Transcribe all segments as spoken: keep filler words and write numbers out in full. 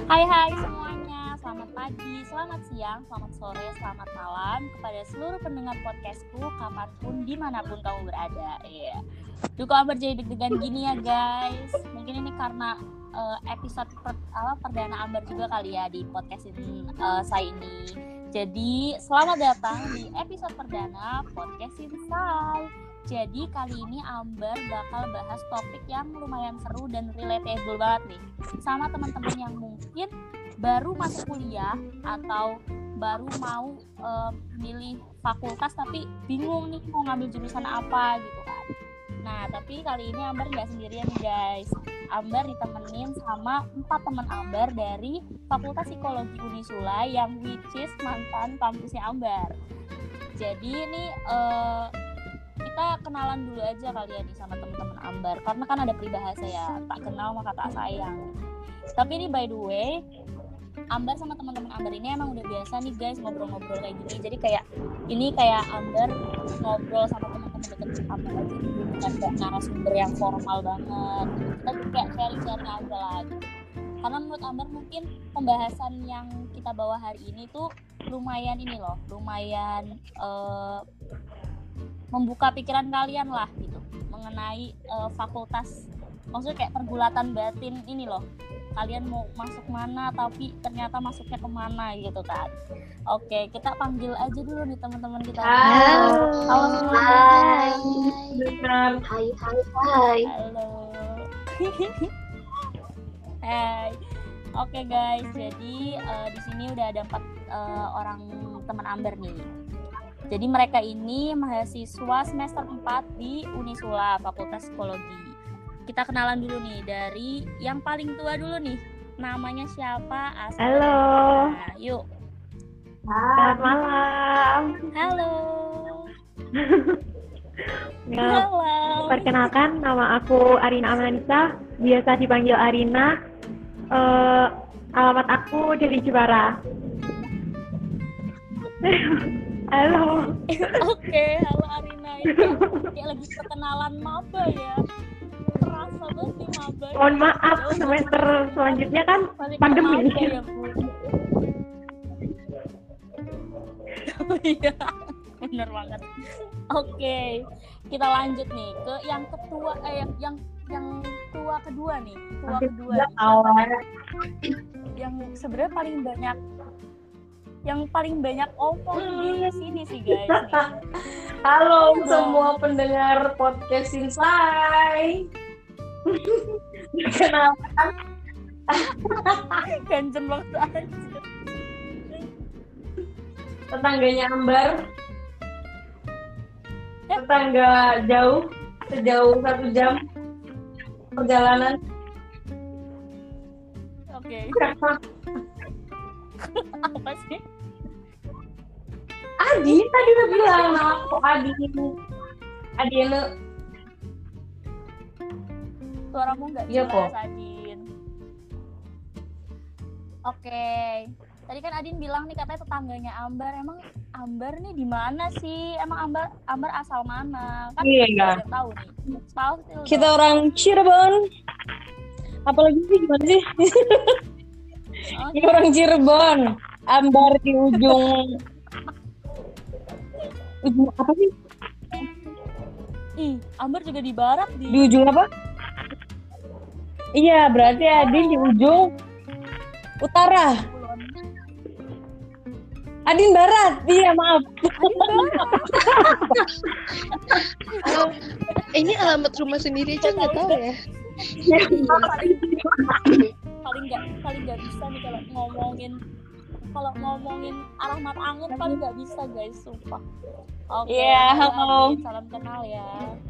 Hai hai semuanya, selamat pagi, selamat siang, selamat sore, selamat malam kepada seluruh pendengar podcastku kapanpun, dimanapun kamu berada. Iya. Duh, kok Amber jadi deg-degan gini ya guys. Mungkin ini karena uh, episode per, uh, perdana Amber juga kali ya di podcast ini, uh, saya ini. Jadi selamat datang di episode perdana podcast Insai. Jadi kali ini Amber bakal bahas topik yang lumayan seru dan relatable banget nih sama teman-teman yang mungkin baru masuk kuliah atau baru mau uh, milih fakultas tapi bingung nih mau ngambil jurusan apa gitu kan. Nah tapi kali ini Amber nggak sendirian nih guys. Amber ditemenin sama empat teman Amber dari Fakultas Psikologi Unisula yang which is mantan kampusnya Amber. Jadi ini uh, kita kenalan dulu aja kali ya nih sama teman-teman Amber karena kan ada peribahasa ya, tak kenal maka tak sayang. Tapi ini by the way Amber sama teman-teman Amber ini emang udah biasa nih guys ngobrol-ngobrol kayak gini. Jadi kayak ini kayak Amber ngobrol sama teman-teman deket Amber aja gitu, bukan kayak narasumber yang formal banget. Kita tuh kayak sharing-sharing aja lah gitu. Karena menurut Amber mungkin pembahasan yang kita bawa hari ini tuh lumayan ini loh, lumayan uh, membuka pikiran kalian lah gitu mengenai uh, fakultas, maksudnya kayak pergulatan batin ini loh, kalian mau masuk mana tapi ternyata masuknya kemana gitu kan. Oke, kita panggil aja dulu nih teman-teman kita. Halo. Halo semua. Hai. Benar. Hai hai hai. Halo. Hai. Oke guys, jadi uh, di sini udah ada empat uh, orang teman Amber nih. Jadi mereka ini mahasiswa semester empat di Unisula, Fakultas Psikologi. Kita kenalan dulu nih dari yang paling tua dulu nih. Namanya siapa? Asal. Halo. Nah, yuk. Selamat malam. Halo. Ya, Halo. perkenalkan nama aku Arina Amanisa, biasa dipanggil Arina. Uh, alamat aku dari Jepara. Halo. Oke, halo Arina. Ini kayak lagi perkenalan maba ya. Terasa banget nih maba. Mohon maaf, semester selanjutnya kan pandemi. Ya, Bu. Oh iya, bener banget. Oke, kita lanjut nih ke yang ketua, eh yang yang, yang tua kedua nih, tua kedua. Nih. Yang sebenarnya paling banyak, yang paling banyak omong di sini sih guys. Nih. Halo oh. semua pendengar podcast Insai. Kenapa? Ganjen banget aja. Tetangganya Amber. Tetangga jauh, sejauh satu jam perjalanan. Oke. Apa sih? Adi, tadi udah bilang nama aku Adi. Adi Ene. Suaramu nggak iya, jelas, Adin. Oke. Tadi kan Adin bilang nih katanya tetangganya Amber. Emang Amber nih di mana sih? Emang Amber Amber asal mana? Kan iya, kita udah tahu nih. Tahu kita dong. Orang Cirebon. Apalagi sih gimana sih? Okay. Ini orang Cirebon. Amber di ujung ujung apa sih? Ih, Amber juga di barat di. Di ujung apa? Iya, berarti Adin di ujung utara. Adin barat. Iya, maaf. Adin barat. um, ini alamat rumah sendiri aja nggak tahu ya. paling nggak paling nggak bisa nih kalau ngomongin kalau ngomongin arah mata angin paling nggak bisa guys, sumpah. Oke. Okay, yeah, halo. Salam kenal ya.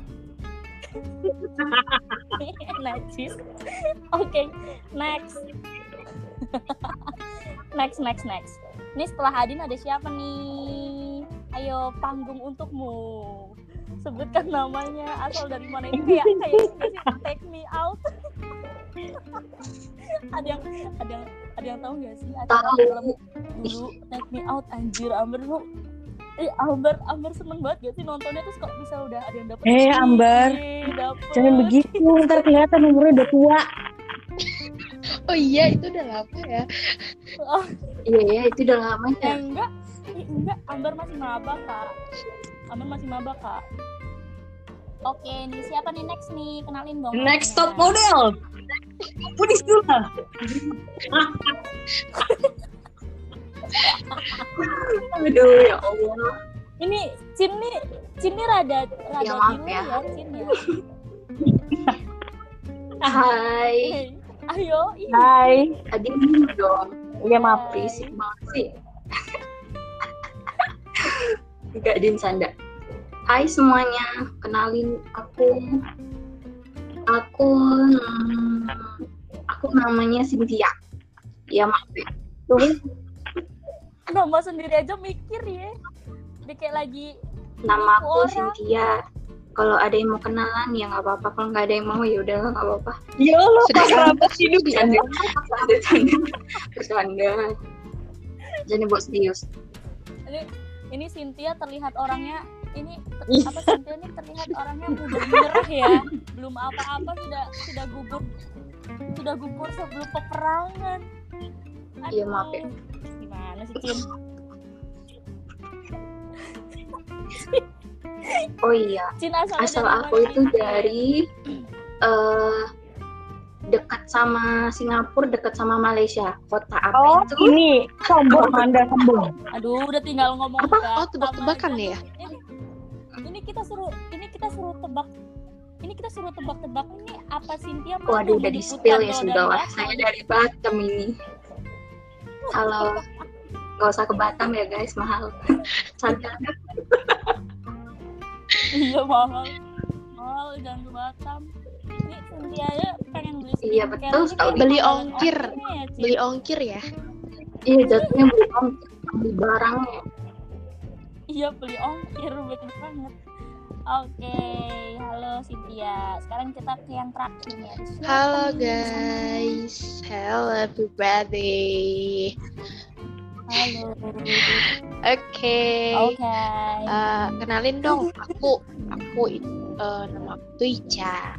Najis. Oke, okay, next. next next next. Ini setelah Adin ada siapa nih? Ayo, panggung untukmu. Sebutkan namanya, asal dari mana. Ini kayak kayak take me out. ada yang ada yang ada yang tahu nggak sih ada film dulu take me out, anjir Amber lu eh Amber Amber seneng banget gak sih nontonnya, terus kok bisa udah ada yang dapet eh Amber dapet. Jangan begitu, ntar kelihatan umurnya udah tua. Oh iya, itu udah lama ya. Oh, Iya ya, itu udah lama eh, ya. enggak, eh, enggak, Amber masih maba kak. Amber masih maba kak. Oke, nih siapa nih next nih? Kenalin dong. Next namanya. top model. Pudis dulu. Aduh ya Allah. Ini Cin nih, Cin nih rada rada Ya, maaf biru ya. ya, Cin ya. Hai. Eh, ayo, ih. Hai. Tadi dulu dong. Iya maaf. Berisik banget sih. Enggak dinsanda. Hai semuanya, kenalin aku. Aku hmm, aku namanya Cynthia. Ya maaf ya. Nama sendiri aja mikir ya. Dia kayak lagi Nama nipu aku orang. Cynthia. Kalau ada yang mau kenalan ya nggak apa-apa. Kalau nggak ada yang mau ya udah nggak apa-apa. Ya Allah, Sedih kerabat hidup ya. Bercanda, bercanda, bercanda. Bercanda. Jangan buat serius. Ini ini Cynthia terlihat orangnya ini ter- Ih. apa Cynthia ini terlihat orangnya mudah menyerah ya. Belum apa-apa sudah sudah gugur sudah gugur sebelum peperangan. Aduh. Iya, maaf ya. Gimana sih Cin? Oh iya, Cin asalnya asal dari aku mana itu nih? dari eh dekat sama Singapura, dekat sama Malaysia. Kota apa Oh, itu? ini sombong Anda sombong. Aduh, udah tinggal ngomong Apa? Batam Oh, tebak-tebakan aja. ya? Ini, ini kita suruh ini kita suruh tebak. Ini kita suruh tebak-tebak ini apa Cynthia mau Waduh, udah di spill ya kalau sudah lah. dari Saya Batam? dari Batam ini. Halo, nggak usah ke Batam ya guys, mahal. Santai. Iya mahal, mahal jangan ke Batam. Ini Cynthia aja pengen beli skincare. Iya, betul Ini sekali. kayak Beli bakalan ongkir. ongkirnya ya, Cin. Beli ongkir ya. Iya, jatuhnya belum beli barangnya. Iya beli ongkir betul banget. Oke, halo Cynthia. Sekarang kita ke yang terakhir ya. Siapa Halo nih? guys. Hello everybody. Halo. Oke. Oke. Eh, kenalin dong, aku aku eh, nama aku tuh Ica.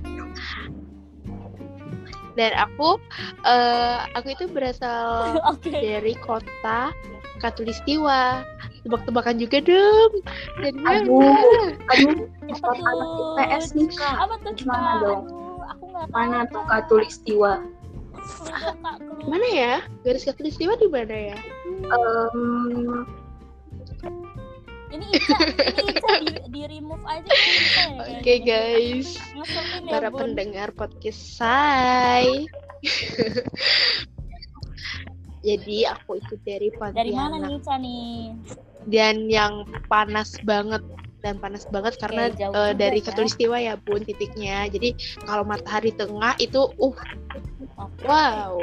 Dan aku eh, aku itu berasal Oke. dari kota Katulistiwa. Tebak-tebakan juga dong. Dari mana? Aduh, aduh, Apa Kota anak I P S nih kak. Apa tuh Gimana Kak? dong? Aduh, aku nggak tahu. Mana tuh Kak. Katulistiwa? Clue dong, Kak, clue. Mana ya? Garis Katulistiwa di mana ya? Um, Ini Ica, ini Ica di, di remove aja ini Ica ya. Oke kayaknya. guys, Ngeselin ya, para Bun. pendengar podcast saya. Jadi aku itu dari Dari mana Pontianak. nih Ica nih? Dan yang panas banget dan panas banget karena jauh eh, juga dari ya. Katulistiwa ya Bun titiknya. Jadi kalau matahari tengah itu uh Oke. wow.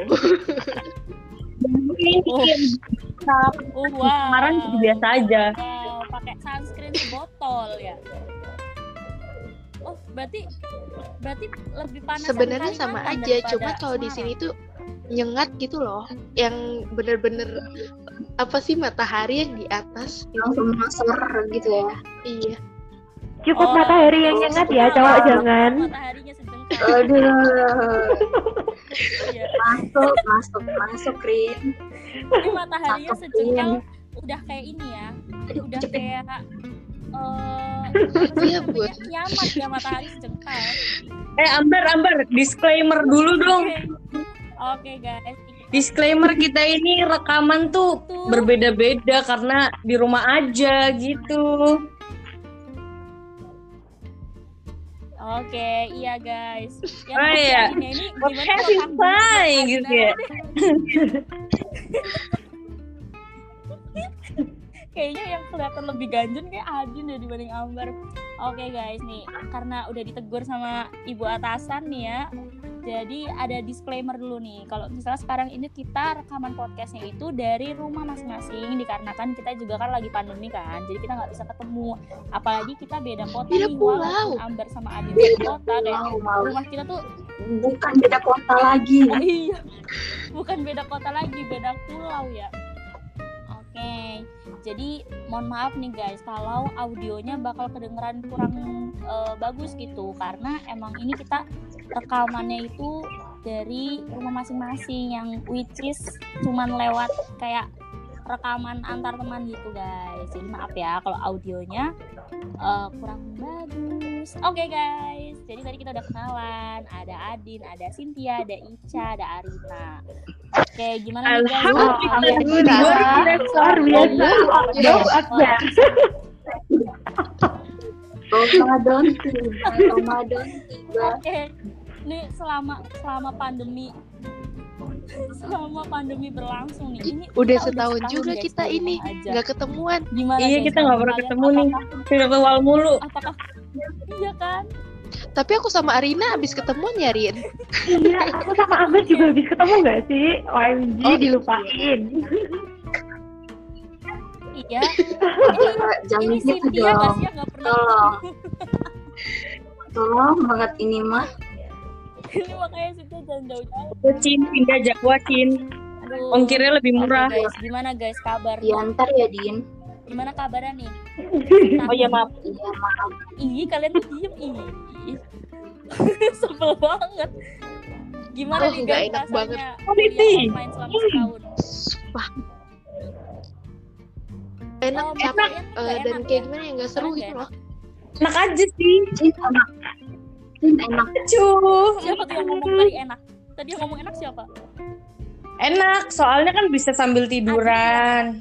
Ini Oh. Uh, wow. Kemarin biasa aja. Wow, pakai sunscreen sebotol ya. Oh, berarti berarti lebih panas. Sebenarnya sama aja, cuma kalau di sini tuh nyengat gitu loh. Yang bener-bener apa sih matahari yang di atas gitu. langsung masuk gitu ya. Iya. Cukup Oh, matahari yang oh, nyengat sudah. ya, cowok jangan. Mataharinya sejengkal. Aduh, Iya. masuk, masuk, masuk, Rin. Ini mataharinya Cakep, sejengkal Rin. udah kayak ini ya. Aduh, Udah cepet. kayak eh apa sih Iya, namanya? Bun. Kiamat ya matahari sejengkal. Eh Amber, Amber, disclaimer dulu dong. Oke. Oke guys. Disclaimer kita ini rekaman tuh Tuh. berbeda-beda karena di rumah aja gitu. Oke, iya guys. Yang Oh, iya. ini ini What gimana have kalau you tanggung find, makan, gitu nah? ya. Kayaknya yang kelihatan lebih ganjen kayak Adin ya dibanding Amber. Oke guys nih, karena udah ditegur sama ibu atasan nih ya. Jadi ada disclaimer dulu nih. Kalau misalnya sekarang ini kita rekaman podcastnya itu dari rumah masing-masing, dikarenakan kita juga kan lagi pandemi kan. Jadi kita nggak bisa ketemu. Apalagi kita beda kota Beda nih, pulau. walaupun Amber sama Adin beda kota. Kayak Mau, mau. rumah kita tuh Bukan beda kota lagi. oh iya, bukan beda kota lagi, beda pulau ya. Oke, jadi mohon maaf nih guys kalau audionya bakal kedengeran kurang eh, bagus gitu, karena emang ini kita rekamannya itu dari rumah masing-masing yang which is cuman lewat kayak rekaman antar teman gitu guys. Jadi maaf ya kalau audionya uh, kurang bagus. Oke okay, guys, jadi tadi kita udah kenalan. Ada Adin, ada Cynthia, ada Ica, ada Arina. Oke, okay, gimana nih guys? Alhamdulillah, luar biasa. Jauh akbar. Ramadan tiba, Ramadan tiba. Oke, ini selama selama pandemi selama pandemi berlangsung nih. Ini udah kita setahun setahun, juga guys, kita di ini rumah aja. nggak ketemuan. Gimana Iya guys, kita nggak pernah kalian? ketemu nih, Apakah- virtual mulu. Apakah iya kan? Tapi aku sama Arina abis ketemuan ya, Rin. Iya, aku sama Amber juga habis ketemu nggak sih? O M G, Oh, dilupain. Iya. Jangan jangan Ini gitu Cynthia nggak dong. sih yang nggak pernah Tolong. ketemu? Tolong banget ini mah. Ini makanya Cynthia jangan jauh-jauh. Cin, pindah Jawa Cin. Aduh. Ongkirnya lebih Oke, murah. guys, gimana guys kabar? Diantar ya Din. Gimana kabarnya nih? Oh iya maaf. Iya maaf. Ih, kalian tuh diem ih. Sebel banget. Gimana Oh, nih nggak guys enak rasanya banget. kuliah online selama setahun? Wah. Enak, Oh, capek, makanya eh, nggak dan enak kayak ya? gimana ya nggak seru Enak gitu ya? loh. Enak aja sih. Din enak. Din enak. Cuh. Siapa tuh yang ngomong tadi enak? Tadi yang ngomong enak siapa? Enak, soalnya kan bisa sambil tiduran.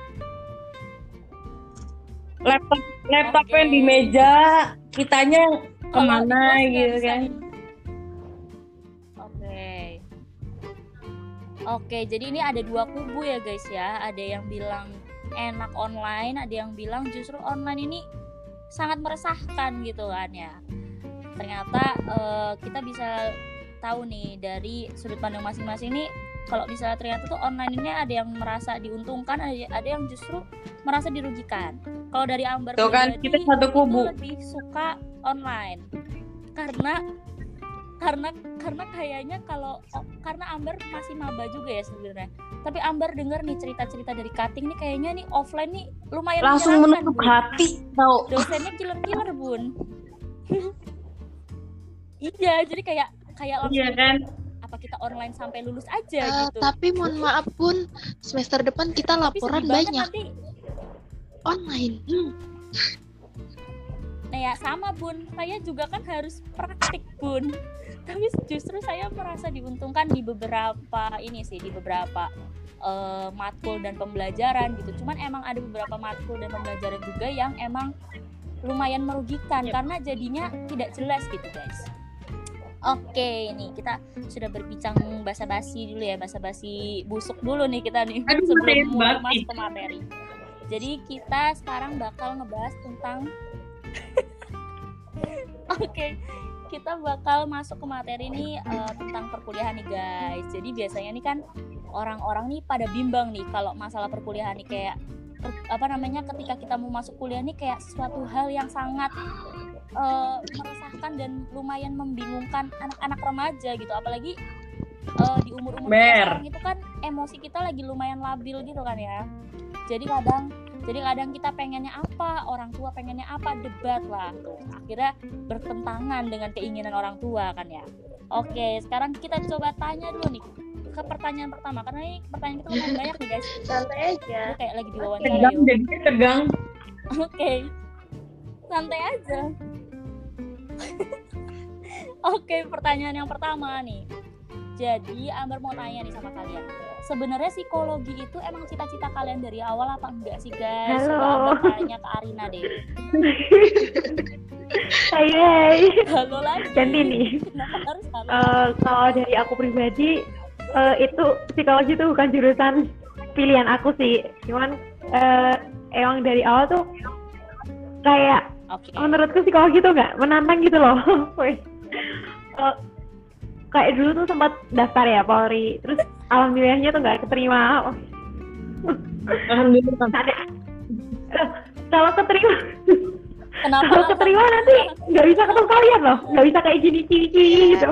Laptop laptopnya Oke. di meja, kitanya Kalau kemana di kelas nggak gitu bisa kan. nih. Oke. Oke, jadi ini ada dua kubu ya guys ya. Ada yang bilang enak online, ada yang bilang justru online ini sangat meresahkan gitu kan ya. Ternyata eh, kita bisa tahu nih dari sudut pandang masing-masing nih, kalau misalnya ternyata tuh online ini ada yang merasa diuntungkan, ada, ada yang justru merasa dirugikan. Kalau dari Amber Tuh kan, pribadi, kita satu kubu. itu lebih suka online karena karena karena kayaknya kalau oh, karena Amber masih maba juga ya sebenarnya. Tapi Amber denger nih cerita-cerita dari cutting nih, kayaknya nih offline nih lumayan Langsung menyenangkan, menutup Bun. hati tau. Dosennya killer-killer Bun. Iya, jadi kayak kayak langsung Iya kan? apa kita online sampai lulus aja Eh, gitu. tapi mohon maaf pun semester depan kita Tapi laporan sedih banget banyak nanti. online. Hmm. Nah ya sama Bun, saya juga kan harus praktik Bun. Tapi justru saya merasa diuntungkan di beberapa ini sih, di beberapa uh, matkul dan pembelajaran gitu. Cuman emang ada beberapa matkul dan pembelajaran juga yang emang lumayan merugikan karena jadinya tidak jelas gitu guys. Oke, nih kita sudah berbincang basa-basi dulu ya, basa-basi busuk dulu nih kita nih Aduh, sebelum materi mulai banget masuk nih. ke materi. Jadi kita sekarang bakal ngebahas tentang Oke, kita bakal masuk ke materi nih uh, tentang perkuliahan nih guys. Jadi biasanya nih kan orang-orang nih pada bimbang nih kalau masalah perkuliahan nih, kayak per, apa namanya ketika kita mau masuk kuliah nih kayak suatu hal yang sangat uh, meresahkan dan lumayan membingungkan anak-anak remaja gitu. Apalagi uh, di umur-umur Ber. kita sekarang itu kan emosi kita lagi lumayan labil gitu kan ya. Jadi kadang Jadi kadang kita pengennya apa, orang tua pengennya apa, debat lah tuh. Akhirnya bertentangan dengan keinginan orang tua kan ya. Oke, sekarang kita coba tanya dulu nih ke pertanyaan pertama, karena ini pertanyaan kita lumayan banyak nih guys. Santai aja. Lu kayak lagi diwawancara Tegang, yuk. jadinya tegang. Oke, santai aja. Oke, pertanyaan yang pertama nih. Jadi Amber mau tanya nih sama kalian. Sebenarnya psikologi itu emang cita-cita kalian dari awal apa enggak sih guys? Halo. Coba Amber tanya ke Arina deh. Hai hai. Halo lagi. Ganti nih. Kenapa harus halo? Eh, kalau dari aku pribadi, eh, itu psikologi itu bukan jurusan pilihan aku sih. Cuman eh, emang dari awal tuh kayak Oke. menurutku psikologi tuh nggak menantang gitu loh. Weh. Eh, kayak dulu tuh sempat daftar ya Polri, terus alhamdulillahnya tuh nggak keterima. Alhamdulillah. Ada. Eh, kalau keterima, Kenapa? kalau keterima nanti nggak bisa ketemu kalian loh, nggak bisa kayak gini ciwi-ciwi gitu.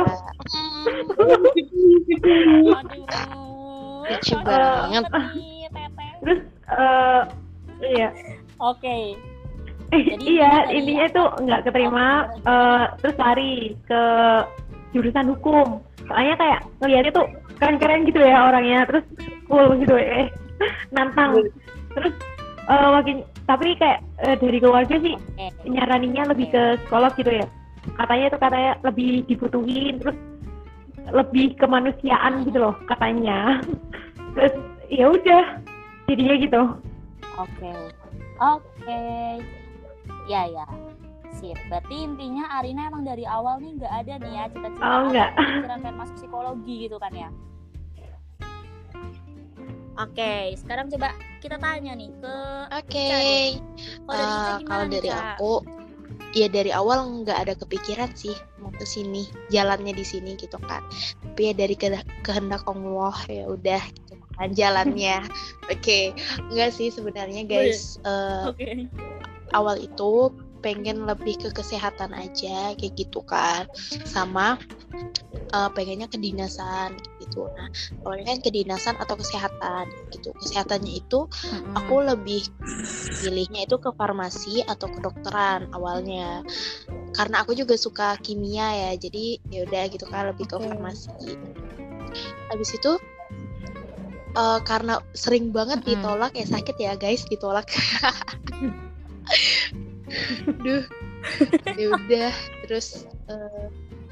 Aduh. Lucu sakit banget. nih, Teteh. Terus eh iya, Oke. eh, Jadi iya tadi intinya apa? tuh nggak keterima, Oke. eh, terus lari ke jurusan hukum. Soalnya kayak ngeliatnya tuh keren-keren gitu ya orangnya, terus cool gitu eh nantang. Terus uh, makin tapi kayak uh, dari keluarga sih Oke. nyaraninnya lebih ke psikolog gitu ya. Katanya tuh katanya lebih dibutuhin, terus lebih kemanusiaan gitu loh katanya. Terus ya udah jadinya gitu. Oke. Oke. Ya ya. Sip. Berarti intinya Arina emang dari awal nih nggak ada nih ya cita-cita Oh, nggak. pikiran pengen masuk psikologi gitu kan ya. Oke, sekarang coba kita tanya nih ke Oke. Kalau dari Ica Eh, gimana kalau nih, dari Ca? aku, ya dari awal nggak ada kepikiran sih mau ke sini, jalannya di sini gitu kan. Tapi ya dari ke- kehendak Allah ya udah gitu kan jalannya. Oke, enggak sih sebenarnya guys. Eh, Oke. awal itu pengen lebih ke kesehatan aja kayak gitu kan, sama uh, pengennya kedinasan gitu. Nah, awalnya kan kedinasan atau kesehatan gitu. Kesehatannya itu Mm-mm. aku lebih pilihnya itu ke farmasi atau kedokteran awalnya. Karena aku juga suka kimia ya, jadi ya udah gitu kan lebih ke Oke. farmasi. Habis itu uh, karena sering banget Mm-mm. ditolak ya sakit ya guys ditolak. Duh, ya udah terus uh,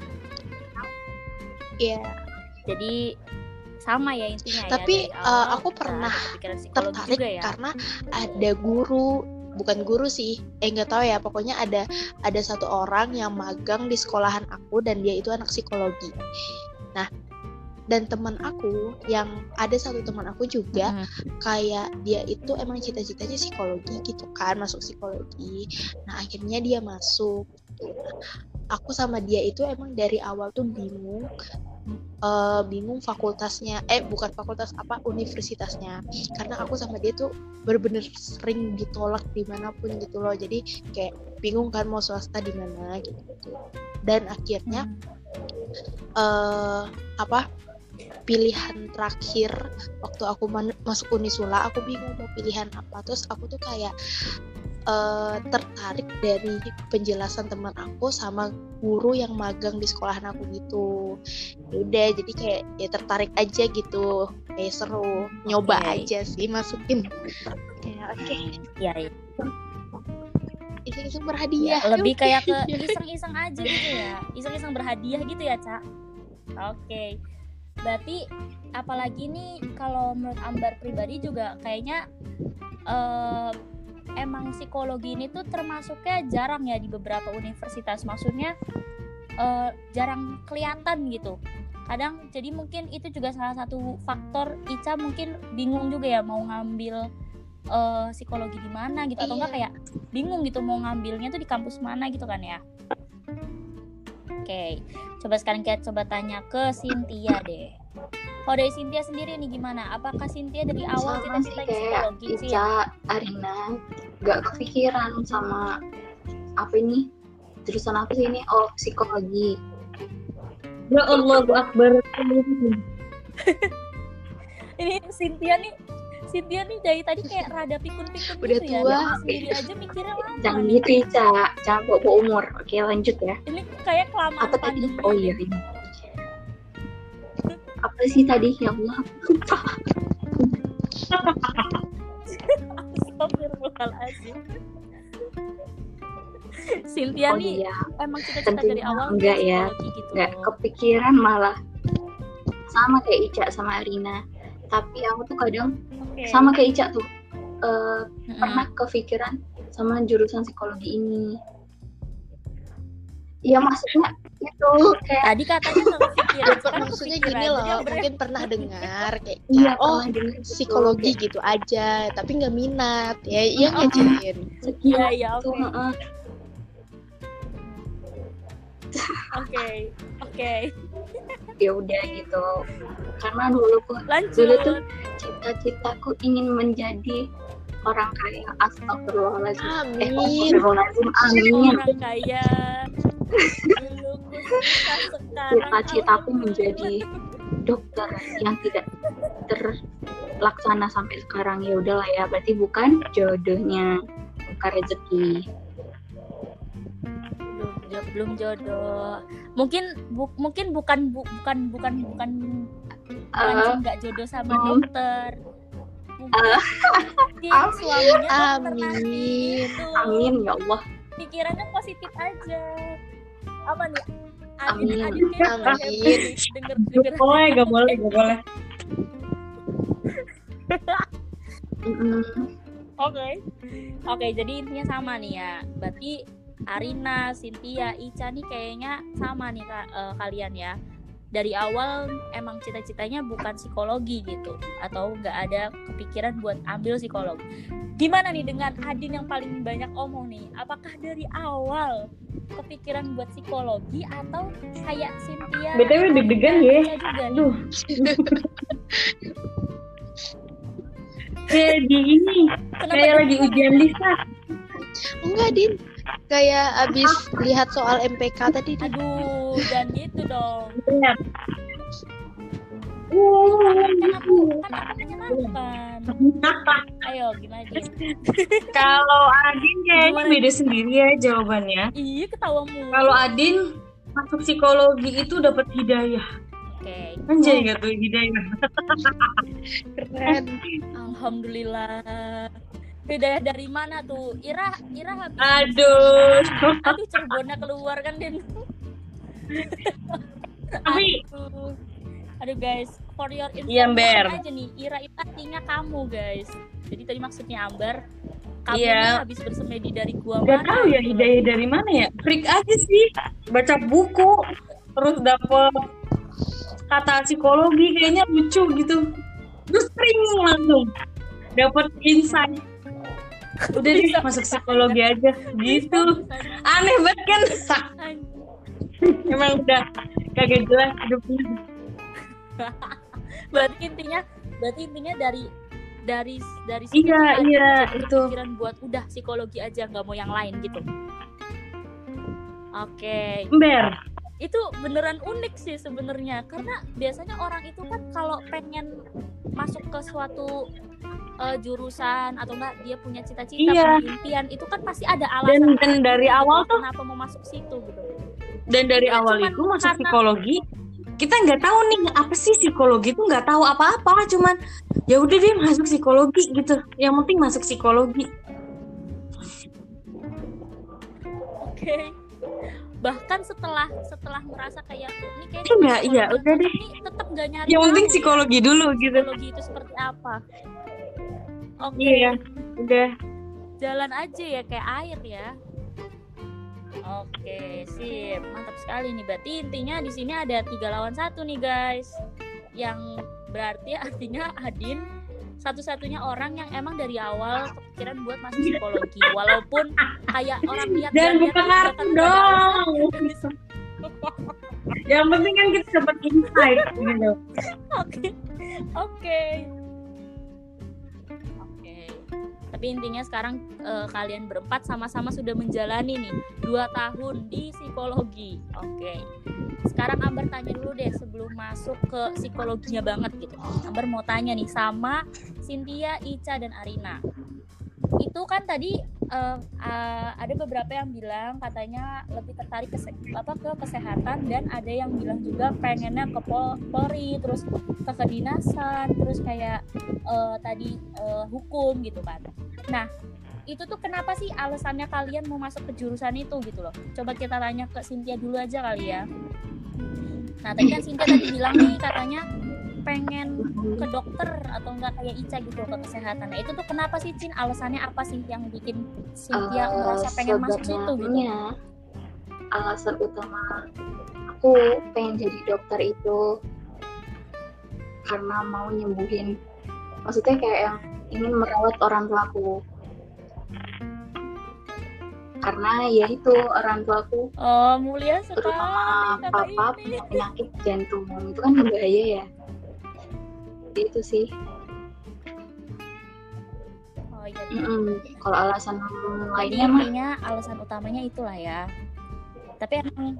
ya Jadi sama ya intinya Tapi, ya. dari uh, awal aku udah pernah ada kepikiran psikologi tertarik juga ya. karena ada guru bukan guru sih eh nggak tahu ya pokoknya ada ada satu orang yang magang di sekolahan aku dan dia itu anak psikologi. Nah dan teman aku yang ada satu teman aku juga Mm-mm. kayak dia itu emang cita-citanya psikologi gitu kan masuk psikologi. Nah akhirnya dia masuk gitu. Nah, aku sama dia itu emang dari awal tuh bingung uh, bingung fakultasnya eh bukan fakultas apa universitasnya karena aku sama dia tuh bener-bener sering ditolak dimanapun gitu loh, jadi kayak bingung kan mau swasta di mana gitu dan akhirnya uh, apa pilihan terakhir waktu aku man- masuk Unisula aku bingung mau pilihan apa, terus aku tuh kayak uh, tertarik dari penjelasan teman aku sama guru yang magang di sekolahan aku gitu. Udah jadi kayak ya tertarik aja gitu, kayak seru nyoba Oke. aja sih masukin kayak oke Iya, iya. iseng-iseng Ya, berhadiah lebih Oke. kayak ke iseng-iseng aja gitu ya. Iseng-iseng berhadiah gitu ya, Ca. Oke. Berarti apalagi nih kalau menurut Ambar pribadi juga kayaknya eh, emang psikologi ini tuh termasuknya jarang ya di beberapa universitas. Maksudnya eh, jarang kelihatan gitu. Kadang jadi mungkin itu juga salah satu faktor Ica mungkin bingung juga ya mau ngambil eh, psikologi di mana gitu atau Iya. enggak kayak bingung gitu mau ngambilnya tuh di kampus mana gitu kan ya. Oke, coba sekarang kita coba tanya ke Cynthia deh. Kalau dari Cynthia sendiri nih gimana? Apakah Cynthia dari awal Sama sih cita-citanya kayak psikologi sih? Ica, Arina, gak kepikiran sama apa ini jurusan apa sih ini? Oh psikologi. Ya Allah Akbar. Ini Cynthia nih, Cynthia nih dari tadi kayak rada pikun-pikun Udah gitu ya. tua. Dia sendiri aja mikirnya lama. Jangan nih. gitu Ica, jangan bawa umur. Oke lanjut ya. Ini kayak kelamaan Apa tadi? pandemi. Oh iya ini. Apa sih tadi ya Allah? Lupa. Astagfirullahaladzim. Cynthia Oh nih iya, emang cita-cita dari tentunya awal enggak ya. psikologi gitu. Nggak kepikiran malah. Sama kayak Ica sama Arina. Tapi aku tuh kadang Oke. sama kayak Ica tuh eh, Mm-mm. pernah kepikiran sama jurusan psikologi ini. Iya maksudnya itu kayak Tadi katanya nggak kepikiran. sekarang maksudnya kepikiran. gini Jadi loh yang bener- mungkin pernah dengar kayak iya oh pernah dengar psikologi gitu aja tapi nggak minat ya iya nggak Cin? Iya, iya, Itu, oke. heeh. Oke, oke. Ya udah gitu karena dulu kok Lanjut. dulu tuh cita-citaku ingin menjadi orang kaya. Astagfirullahaladzim. Eh, Amin. astagfirullahaladzim. Amin. Orang kaya. Dulu ku susah, sekarang Cita-citaku alhamdulillah. menjadi dokter yang tidak terlaksana sampai sekarang. Ya udahlah ya, berarti bukan jodohnya, bukan rezeki. Belum jodoh, belum jodoh. Mungkin bu, mungkin bukan bu, bukan bukan bukan bukan Uh, nggak jodoh sama hmm. dokter. Mungkin Uh, suaminya dokter Amin. nanti gitu. amin ya Allah. Pikirannya positif aja. Apa nih? Adin, Amin. Adin kayak Amin. happy nih, denger denger. Gak boleh, gak boleh, gak boleh. Mm-mm. Oke, oke. Jadi intinya sama nih ya. Berarti Arina, Cynthia, Ica nih kayaknya sama nih ka- eh, kalian ya. Dari awal emang cita-citanya bukan psikologi gitu, atau nggak ada kepikiran buat ambil psikolog. Gimana nih dengan Adin yang paling banyak omong nih? Apakah dari awal kepikiran buat psikologi atau kayak Cynthia? B T W deg-degan ya. Ica juga nih? Aduh. Kayak di ini, Kenapa kayak lagi deg-degan? ujian lisan. Enggak, Din. Kayak abis lihat soal M P K tadi, Din. Aduh, jangan gitu dong. Bener. Kan aku kan aku menyenangkan. Ayo gimana Din? Kalau Adin kayaknya Gimana? beda sendiri ya jawabannya. Iya ketawa mulu. Kalau Adin masuk psikologi itu dapat hidayah. Oke. Anjay gak tuh hidayah. Keren. Alhamdulillah. Hidayah dari mana tuh? Ira, Ira habis. Aduh. Aduh Cirebonnya keluar kan Din. Tapi Aduh. Aduh guys, for your Iya, information Ber. aja nih, Ira itu artinya kamu guys. Jadi tadi maksudnya Amber, kamu Iya. nih habis bersemedi dari gua gak mana? tahu ya gitu. hidayah dari mana ya. Freak aja sih. Baca buku terus dapet kata psikologi kayaknya lucu gitu. Terus spring langsung dapet insight. Udah deh masuk psikologi aja gitu. Aneh banget kan. Emang udah kagak jelas hidupnya. berarti intinya berarti intinya dari dari dari situ Iya, tuh iya, ada itu. pikiran buat udah psikologi aja nggak mau yang lain gitu. Oke, Ember. itu beneran unik sih sebenarnya karena biasanya orang itu kan kalau pengen masuk ke suatu eh, jurusan atau enggak dia punya cita-cita, Iya. punya impian itu kan pasti ada Dan alasan dan dari gitu, awal tuh kenapa mau masuk situ gitu. dan dari Iya, awal cuman itu masuk karena- psikologi kita nggak tahu nih apa sih psikologi itu, nggak tahu apa-apa, cuman ya udah deh masuk psikologi gitu, yang penting masuk psikologi. Oke. Bahkan setelah setelah merasa kayak ini kayak Enggak, iya, udah deh. tetap nggak nyari Yang penting tahu ya, psikologi dulu gitu. psikologi itu seperti apa. Oke, Iya, udah. jalan aja ya kayak air ya. Oke, sip, mantap sekali nih. Berarti intinya di sini ada tiga lawan satu nih guys, yang berarti artinya Adin satu-satunya orang yang emang dari awal kepikiran buat masuk psikologi, walaupun kayak orang lihat Jangan buka kartu dong. Yang penting kan kita dapat insight gitu. Oke, oke, oke. Tapi intinya sekarang eh, kalian berempat sama-sama sudah menjalani nih dua tahun di psikologi. Oke. Sekarang Amber tanya dulu deh sebelum masuk ke psikologinya banget gitu. Amber mau tanya nih sama Cynthia, Ica, dan Arina. Itu kan tadi eh, eh, ada beberapa yang bilang katanya lebih tertarik ke se- apa ke kesehatan, dan ada yang bilang juga pengennya ke Pol- Polri, terus ke kedinasan, terus kayak eh, tadi eh, hukum gitu kan. Nah, itu tuh kenapa sih alasannya kalian mau masuk ke jurusan itu gitu loh? Coba kita tanya ke Cynthia dulu aja kali ya. Nah, tadi kan Cynthia tadi bilang nih katanya pengen ke dokter atau enggak kayak Ica gitu ke kesehatan. Nah, itu tuh kenapa sih Cin? Alasannya apa sih yang bikin Cynthia Eh, merasa pengen masuk situ gitu? sebenarnya alasan utama aku pengen jadi dokter itu karena mau nyembuhin, maksudnya kayak yang ingin merawat orang tuaku, karena ya itu orang tuaku Oh, mulia sekali terutama kakak papa ini. punya penyakit jantung, itu kan bahaya ya. Itu sih. Oh iya. Mm-mm. Kalau alasan Jadi lainnya mah intinya alasan utamanya itulah ya. Tapi emang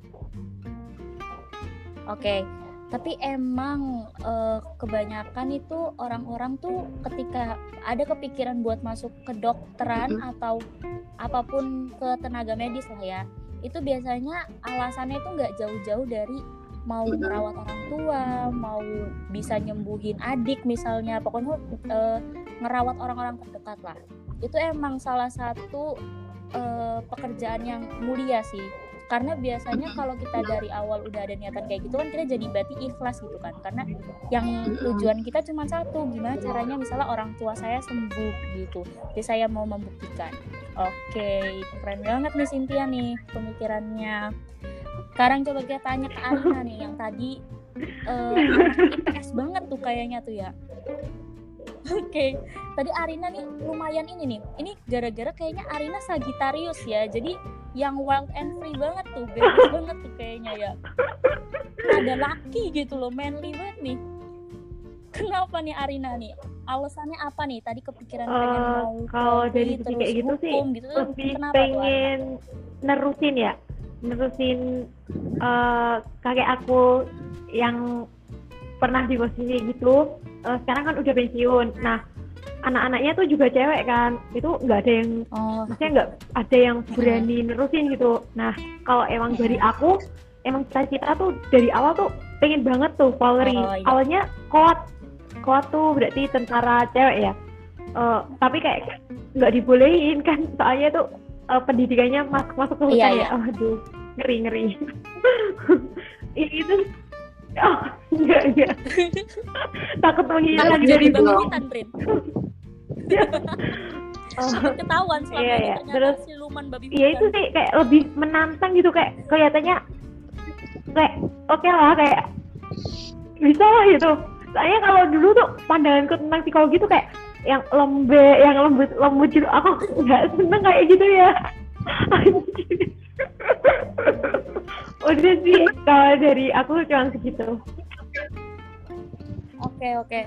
Oke, tapi emang eh, kebanyakan itu orang-orang tuh ketika ada kepikiran buat masuk ke dokteran Mm-mm. atau apapun ke tenaga medis lah ya, itu biasanya alasannya itu nggak jauh-jauh dari mau merawat orang tua, mau bisa nyembuhin adik misalnya, pokoknya uh, ngerawat orang-orang terdekat lah. Itu emang salah satu uh, pekerjaan yang mulia sih. Karena biasanya kalau kita dari awal udah ada niatan kayak gitu kan, kita jadi berarti ikhlas gitu kan. Karena yang tujuan kita cuma satu, gimana caranya misalnya orang tua saya sembuh gitu. Jadi saya mau membuktikan. Oke, keren banget nih Cynthia nih pemikirannya. Sekarang coba kita tanya ke Arina nih, yang tadi uh, I P S banget tuh kayaknya tuh ya. Oke, okay. Tadi Arina nih lumayan ini nih. Ini gara-gara kayaknya Arina Sagittarius ya. Jadi yang wild and free banget tuh, bebas banget tuh kayaknya ya. Ada laki gitu loh, manly banget nih. Kenapa nih Arina nih? Alasannya apa nih? Tadi kepikiran Uh, pengen mau kalau polri, dari sisi terus kayak gitu sih, hukum gitu. lebih Kenapa tuh Arina? pengen nerusin ya, nerusin uh, kakek aku yang pernah di posisi gitu. Uh, sekarang kan udah pensiun. Nah, anak-anaknya tuh juga cewek kan, itu nggak ada yang, Oh, maksudnya nggak ada yang berani nerusin gitu. Nah, kalau emang dari aku, emang cita-cita tuh dari awal tuh pengen banget tuh Polri. Oh, iya. Awalnya kuat, kuat tuh berarti tentara cewek ya. Uh, tapi kayak nggak dibolehin kan, soalnya tuh uh, pendidikannya masuk masuk ke hutan Iya, ya. iya. Oh, aduh, ngeri ngeri. Itu, oh enggak enggak. Takut menghilang takut gitu. jadi babi dong. hutan, Rin. Oh, Takut ketahuan selama Iya, ini iya. ternyata Terus, siluman babi hutan. iya itu sih kayak lebih menantang gitu, kayak kelihatannya kayak oke lah, kayak bisa lah gitu. Soalnya kalau dulu tuh pandanganku tentang psikologi tuh kayak yang lembek, yang lembut lembut gitu. Aku nggak seneng kayak gitu ya. Udah sih, kalau dari aku cuma segitu. Oke, oke.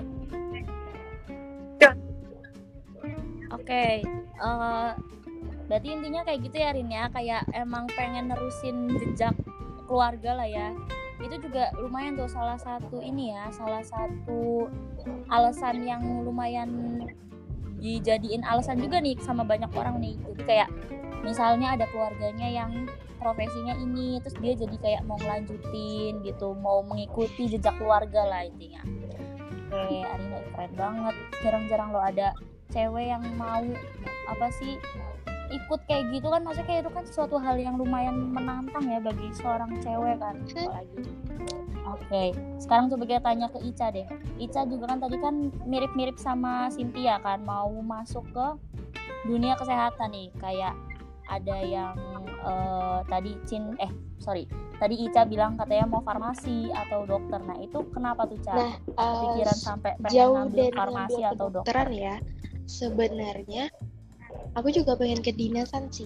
Oke, eh, berarti intinya kayak gitu ya Rin ya, kayak emang pengen nerusin jejak keluarga lah ya. Itu juga lumayan tuh salah satu ini ya, salah satu alasan yang lumayan dijadiin alasan juga nih sama banyak orang nih. Jadi kayak misalnya ada keluarganya yang profesinya ini, terus dia jadi kayak mau ngelanjutin gitu, mau mengikuti jejak keluarga lah intinya. Oke, Arina keren banget. Jarang-jarang lo ada cewek yang mau apa sih ikut kayak gitu kan, maksudnya kayak itu kan sesuatu hal yang lumayan menantang ya bagi seorang cewek kan apalagi. Oke, sekarang coba kita tanya ke Ica deh. Ica juga kan tadi kan mirip-mirip sama Cynthia kan, mau masuk ke dunia kesehatan nih, kayak ada yang uh, tadi Cin eh sorry tadi Ica bilang katanya mau farmasi atau dokter. Nah itu kenapa tuh Ca? Nah, uh, Pikiran sampai pengen jauh ngambil dari farmasi ngambil atau dokter? kedokteran ya, sebenarnya aku juga pengen kedinasan sih.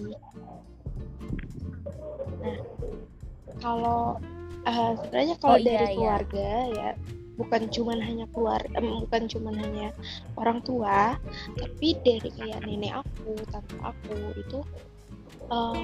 Nah, kalau uh, sebenarnya kalau Oh, iya, dari iya. keluarga ya, bukan cuman hanya keluarga, em, bukan cuman hanya orang tua, tapi dari kayak nenek aku, tante aku itu uh,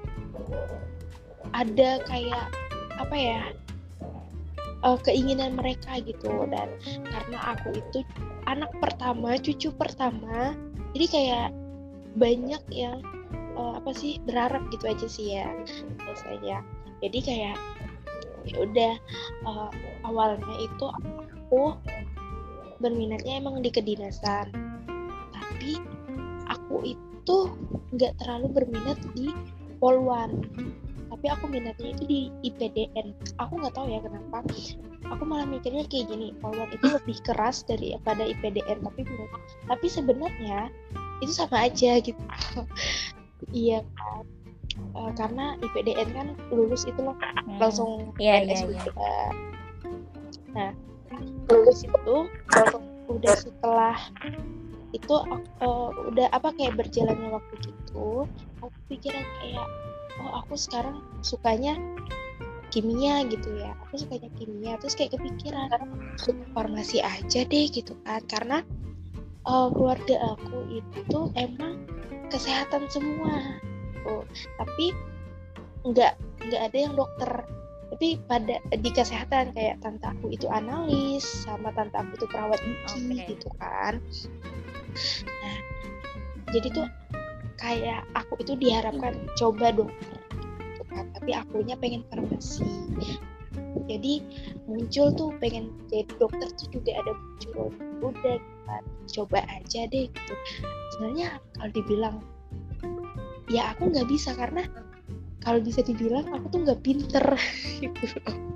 ada kayak apa ya, uh, keinginan mereka gitu. Dan karena aku itu anak pertama, cucu pertama, jadi kayak banyak yang uh, apa sih berharap gitu aja sih ya biasanya. Jadi kayak ya udah, uh, awalnya itu aku berminatnya emang di kedinasan, tapi aku itu nggak terlalu berminat di Polwan, tapi aku minatnya itu di I P D N. Aku nggak tahu ya kenapa, aku malah mikirnya kayak gini, Polwan itu lebih keras daripada I P D N, tapi tapi sebenarnya itu sama aja gitu. Iya kan, uh, karena I P D N kan lulus itu loh Hmm, langsung iya, P N S iya, juga. Nah, lulus itu udah setelah itu uh, udah apa kayak berjalannya waktu gitu, aku pikiran kayak, oh aku sekarang sukanya kimia gitu ya, aku sukanya kimia, terus kayak kepikiran farmasi aja deh gitu kan, karena uh, keluarga aku itu emang kesehatan semua, oh, tapi nggak nggak ada yang dokter, tapi pada di kesehatan kayak tante aku itu analis, sama tante aku itu perawat gigi. Oke. Gitu kan. Nah, jadi tuh kayak aku itu diharapkan coba dokter gitu kan, tapi akunya pengen farmasi. Jadi muncul tuh pengen jadi dokter tuh juga ada muncul, udah kan coba aja deh gitu. Sebenarnya kalau dibilang ya aku nggak bisa, karena kalau bisa dibilang aku tuh nggak pinter gitu.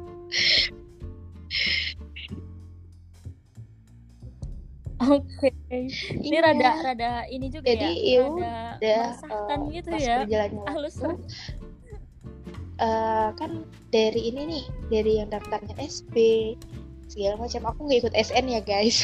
Oke. Ini Iya. rada rada ini juga Jadi ya. ya Rada udah, meresahkan eh, gitu pas ya. berjalannya Halus. waktu, eh, kan dari ini nih, dari yang daftarnya S B segala macam, aku nggak ikut S N ya guys.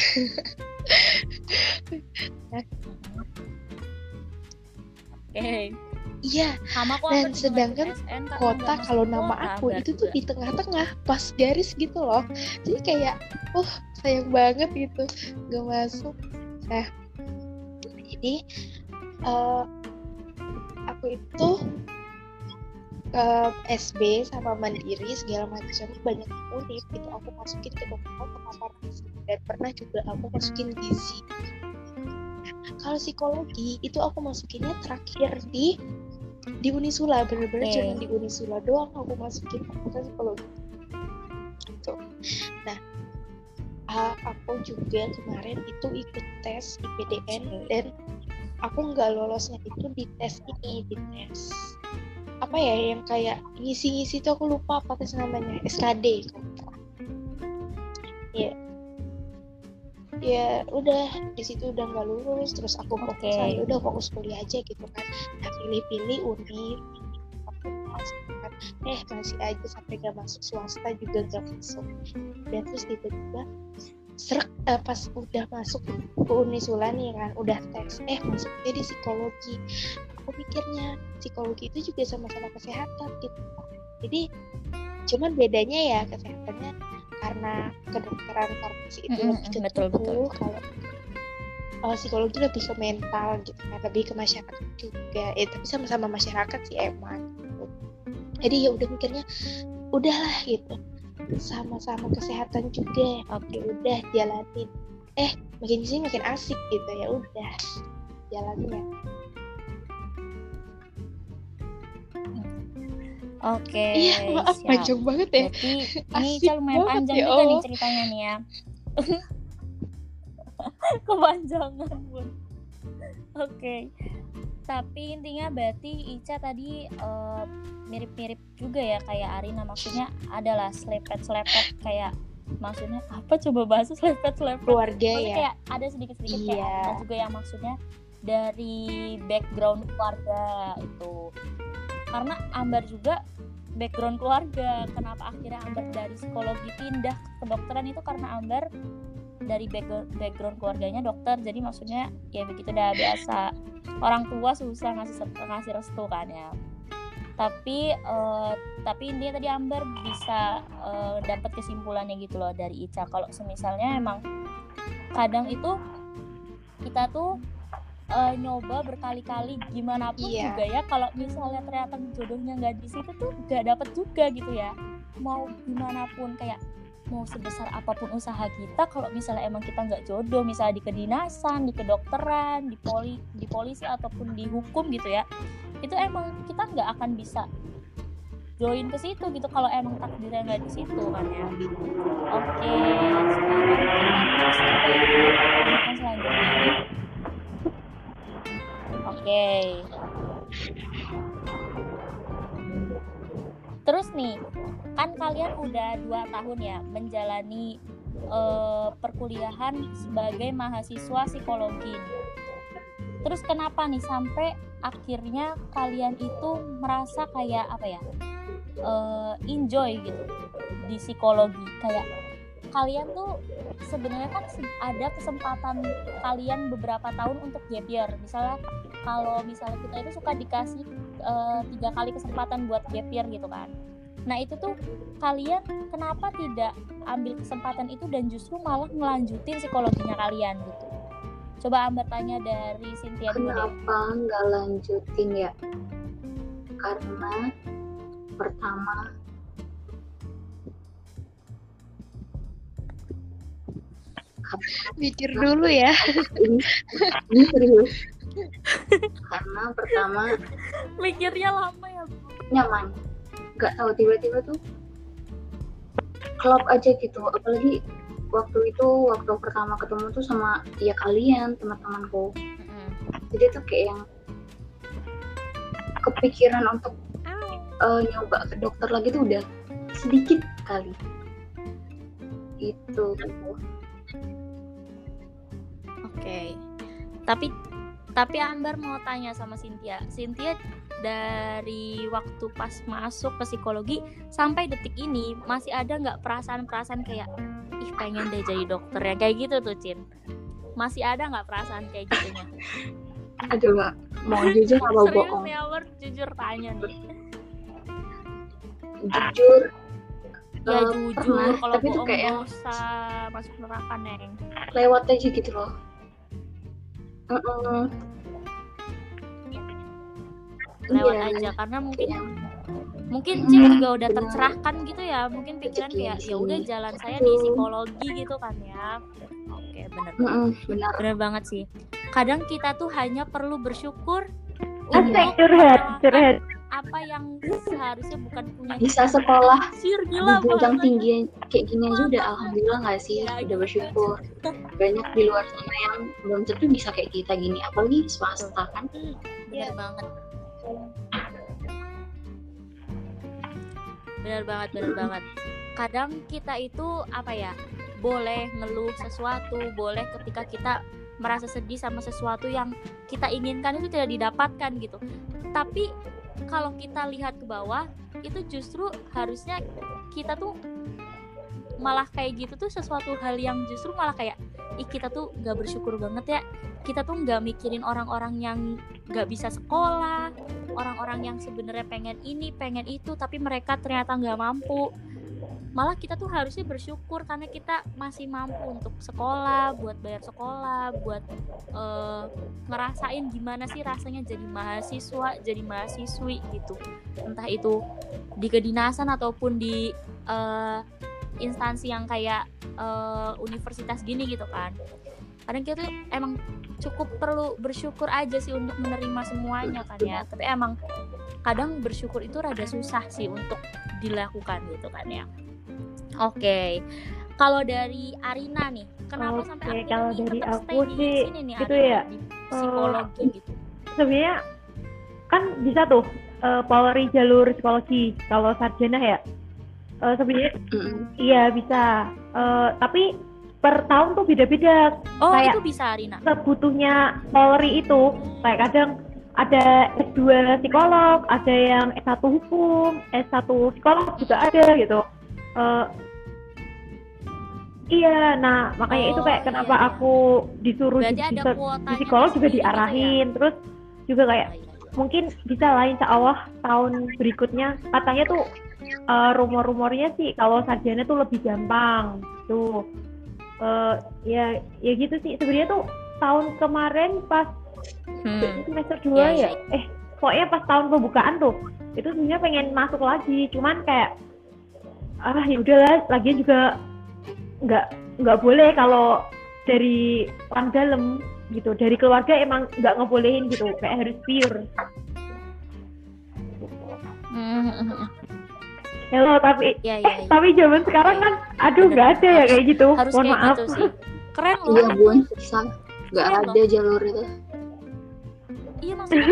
Oke. Iya, Sama kok dan aku juga sedangkan masuk S N karena kota nggak masuk kalau nama kota, aku Ambar itu tuh juga. di tengah-tengah, pas garis gitu loh. Jadi kayak, oh sayang banget gitu, nggak masuk. Nah, jadi eh, aku itu ke S B sama Mandiri segala macam banyak univ itu aku masukin ke dokter sama farmasi, dan pernah juga aku masukin gizi. Kalau psikologi itu aku masukinnya terakhir di di Unisula, bener-bener Oke. cuma di Unisula doang aku masukin fakultas psikologi gitu. Nah, ah, aku juga kemarin itu ikut tes I P D N Oke. dan aku nggak lolosnya itu di tes ini, di tes apa ya yang kayak ngisi-ngisi tuh, aku lupa apa tes namanya, S K D kalau nggak salah. Ya, ya udah di situ udah nggak lulus, terus aku fokus Oke. aja, udah fokus kuliah aja gitu kan. Nah, pilih-pilih univ fakultas kan, eh masih aja sampai nggak masuk, swasta juga nggak masuk. Dan terus tiba-tiba serak, eh, pas udah masuk ke Unisula nih kan, udah tes, eh masuknya di psikologi. Aku pikirnya psikologi itu juga sama-sama kesehatan gitu. Jadi cuman bedanya ya kesehatannya karena kedokteran farmasi itu Mm-mm, lebih ke betul, tubuh, kalau uh, psikologi lebih ke mental gitu kan, lebih ke masyarakat juga. Eh tapi sama-sama masyarakat sih emang gitu. Jadi ya udah mikirnya udahlah gitu, sama-sama kesehatan juga, Oke. ya udah jalanin. Eh makin sini makin asik gitu, ya udah jalanin ya. Oke. Iya, maaf siap. panjang banget ya. Berarti ini Asik Ica lumayan banget panjang ya juga nih Allah. ceritanya nih ya. Kepanjangan pun. Oke. Tapi intinya berarti Ica tadi eh, mirip-mirip juga ya kayak Arina, maksudnya adalah selepet-selepet kayak, maksudnya apa coba bahasa selepet-selepet? Keluarga Maksudnya ya. kayak ada sedikit-sedikit kayak Iya. Arina juga yang maksudnya dari background keluarga itu. Karena Ambar juga background keluarga. Kenapa akhirnya Ambar dari psikologi pindah ke kedokteran itu karena Ambar dari background, background keluarganya dokter. Jadi maksudnya ya begitu dah, biasa orang tua susah ngasih ngasih restu kan ya. Tapi eh, tapi intinya tadi Ambar bisa eh, dapat kesimpulannya gitu loh dari Ica, kalau semisalnya emang kadang itu kita tuh uh, nyoba berkali-kali gimana pun Iya. juga ya, kalau misalnya ternyata jodohnya nggak di situ tuh nggak dapet juga gitu ya. Mau gimana pun, kayak mau sebesar apapun usaha kita, kalau misalnya emang kita nggak jodoh, misalnya di kedinasan, di kedokteran, di poli, di polisi ataupun di hukum gitu ya, itu emang kita nggak akan bisa join ke situ gitu kalau emang takdirnya nggak di situ kan ya. Oke, sekarang kita terus ke pertanyaan selanjutnya. Oke. Terus nih, kan kalian udah dua tahun ya menjalani eh, perkuliahan sebagai mahasiswa psikologi. Terus kenapa nih sampai akhirnya kalian itu merasa kayak apa ya, eh, enjoy gitu di psikologi? Kayak kalian tuh sebenarnya kan ada kesempatan kalian beberapa tahun untuk gap year. Misalnya kalau misalnya kita itu suka dikasih uh, tiga kali kesempatan buat gap year gitu kan. Nah itu tuh kalian kenapa tidak ambil kesempatan itu dan justru malah ngelanjutin psikologinya kalian gitu? Coba Amber tanya dari Cynthia dulu deh. Kenapa nggak lanjutin ya? Karena pertama Mikir dulu ya. ini, ini serius. Karena pertama Mikirnya lama ya. nyaman, nggak tahu tiba-tiba tuh klop aja gitu. Apalagi waktu itu waktu pertama ketemu tuh sama ya kalian teman-temanku. Mm-mm. Jadi tuh kayak yang kepikiran untuk uh, nyoba ke dokter lagi tuh udah sedikit kali. Itu gitu. Oke. Tapi tapi Ambar mau tanya sama Cynthia. Cynthia dari waktu pas masuk ke psikologi sampai detik ini masih ada nggak perasaan-perasaan kayak ih pengen deh jadi dokter ya kayak gitu tuh Cin? Masih ada nggak perasaan kayak gitunya? Aduh Mbak, mau jujur apa Serius bohong? nih Ambar, jujur tanya nih. Jujur. Ya uh, jujur, pernah, kalau tapi tuh bohong kayak nggak usah masuk neraka Neng. lewat aja gitu loh. Uh-uh. Lewat Iya, aja karena mungkin kayak mungkin Hmm, Cin juga udah benar. tercerahkan gitu ya, mungkin pikiran Rezeki kayak di ya udah sini. jalan saya Betul. di psikologi gitu kan ya. Oke, benar banget. Mm-mm, benar. Benar banget sih. Kadang kita tuh hanya perlu bersyukur Asik, untuk curhat, melakukan curhat. apa yang seharusnya bukan punya Bisa kita. sekolah Anjir, di gila jenjang banget. tinggi kayak gini aja udah alhamdulillah nggak sih, Ya, udah gitu bersyukur. Banyak di luar sana yang belum tentu bisa kayak kita gini, apalagi swasta kan. Benar banget. Benar banget, benar banget. Kadang kita itu apa ya? Boleh ngeluh sesuatu, boleh ketika kita merasa sedih sama sesuatu yang kita inginkan itu tidak didapatkan gitu. Tapi kalau kita lihat ke bawah, itu justru harusnya kita tuh malah kayak gitu tuh sesuatu hal yang justru malah kayak ih kita tuh gak bersyukur banget ya, kita tuh gak mikirin orang-orang yang gak bisa sekolah, orang-orang yang sebenarnya pengen ini pengen itu tapi mereka ternyata gak mampu. Malah kita tuh harusnya bersyukur karena kita masih mampu untuk sekolah, buat bayar sekolah, buat uh, ngerasain gimana sih rasanya jadi mahasiswa, jadi mahasiswi gitu. Entah itu di kedinasan ataupun di uh, instansi yang kayak uh, universitas gini gitu kan. Kadang kita tuh emang cukup perlu bersyukur aja sih untuk menerima semuanya kan ya. Tapi emang kadang bersyukur itu rada susah sih untuk dilakukan gitu kan ya. Oke, okay. Kalau dari Arina nih, kenapa Oke, sampai akhirnya kalau nih dari tetap aku stay di sih, sini nih gitu Arina, ya, di psikologi uh, gitu? Sebenarnya kan bisa tuh uh, polri jalur psikologi kalau sarjana ya. Uh, sebenarnya Mm-mm. iya bisa, uh, tapi per tahun tuh beda-beda. Oh Kayak itu bisa Arina? kebutuhnya polri itu kayak kadang ada S dua psikolog, ada yang S satu hukum, S satu psikolog juga ada gitu. Uh, iya, nah makanya Oh, itu kayak kenapa iya, iya. aku disuruh Berarti di, ada di, kuotanya di psikolog juga tersendiri gitu diarahin, terus juga kayak ya? Iya, iya. mungkin bisa lah insya Allah tahun berikutnya katanya tuh uh, rumor-rumornya sih kalau sarjana tuh lebih gampang tuh. Uh, ya ya gitu sih sebenarnya tuh tahun kemarin pas Hmm. semester dua Iya, ya eh pokoknya pas tahun pembukaan tuh itu sebenarnya pengen masuk lagi cuman kayak ah ya udahlah lagian juga nggak nggak boleh kalau dari orang dalam gitu, dari keluarga emang nggak ngebolehin gitu, kayak harus pure. Hmm. Hello tapi Iya, iya, eh iya. tapi zaman sekarang kan aduh Bener. nggak ada ya kayak gitu, Harus mohon kayak maaf. gitu sih. Keren loh. Iya bun, susah. Nggak Keren ada jalur itu. Iya maksudnya.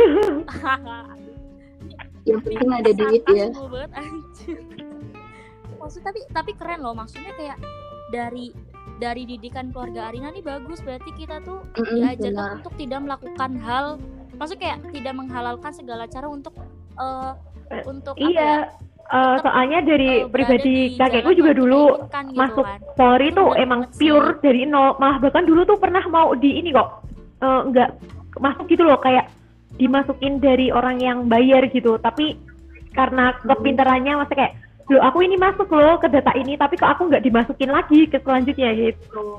Yang penting ada duit ya. Sarkasme banget anjir. Maksud tapi tapi keren loh, maksudnya kayak dari dari didikan keluarga Arina nih bagus, berarti kita tuh Mm-mm, diajarkan benar. untuk tidak melakukan hal, maksudnya kayak tidak menghalalkan segala cara untuk eh, untuk apa ya, Iya, uh, tetap, soalnya dari eh, berada pribadi di kakekku jalan juga yang kita dulu inginkan gitu masuk kan. Polri Itu tuh bener emang banget sih. pure dari nol, malah bahkan dulu tuh pernah mau di ini kok uh, nggak masuk gitu loh, kayak dimasukin dari orang yang bayar gitu, tapi karena kepintarannya masa kayak loh aku ini masuk loh ke data ini tapi kok aku nggak dimasukin lagi ke selanjutnya gitu.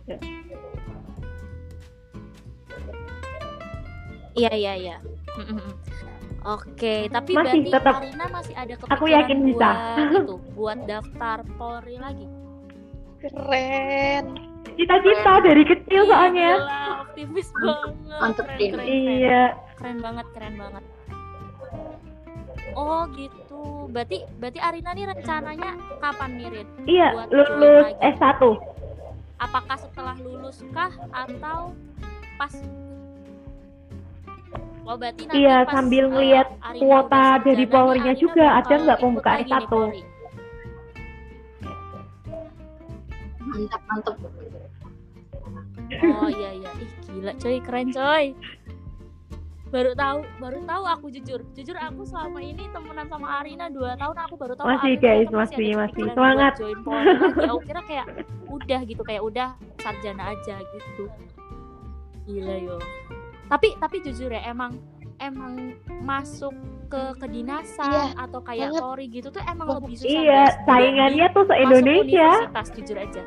Iya iya iya. Mm-mm. Oke, tapi Masih berarti tetap- Arina masih ada kepikiran aku yakin buat bisa. itu, buat daftar Polri lagi. Keren. Cita-cita dari kecil Ih, soalnya. gila, optimis banget. Mantep, Keren, Din. keren, keren. Iya. Keren banget, keren banget. Oh gitu. Berarti berarti Arina nih rencananya kapan nih, Rin? Iya, Buat join lulus lagi. S satu. Apakah setelah lulus kah atau pas? Oh berarti nanti Iya, pas sambil uh, ngeliat Arina kuota udah dari sarjana Polri-nya nih, juga, Arina ada bakal nggak ikut pembuka lagi S nih satu? Polri? Mantap mantap. Oh iya iya, ih gila coy, keren coy. Baru tahu, baru tahu aku jujur. Jujur aku selama ini temenan sama Arina dua tahun, aku baru tahu Masih, Arina guys, ternyata masih, ada masih. kepikiran Semangat. buat join Polri lagi. Aku kira kayak udah gitu, kayak udah sarjana aja gitu. Gila yo. Tapi tapi jujur ya, emang emang masuk ke kedinasan Iya, atau kayak banget. Polri gitu tuh emang Banget. lebih susah. Iya, guys, saingannya dibanding tuh masuk se-Indonesia. universitas, jujur aja.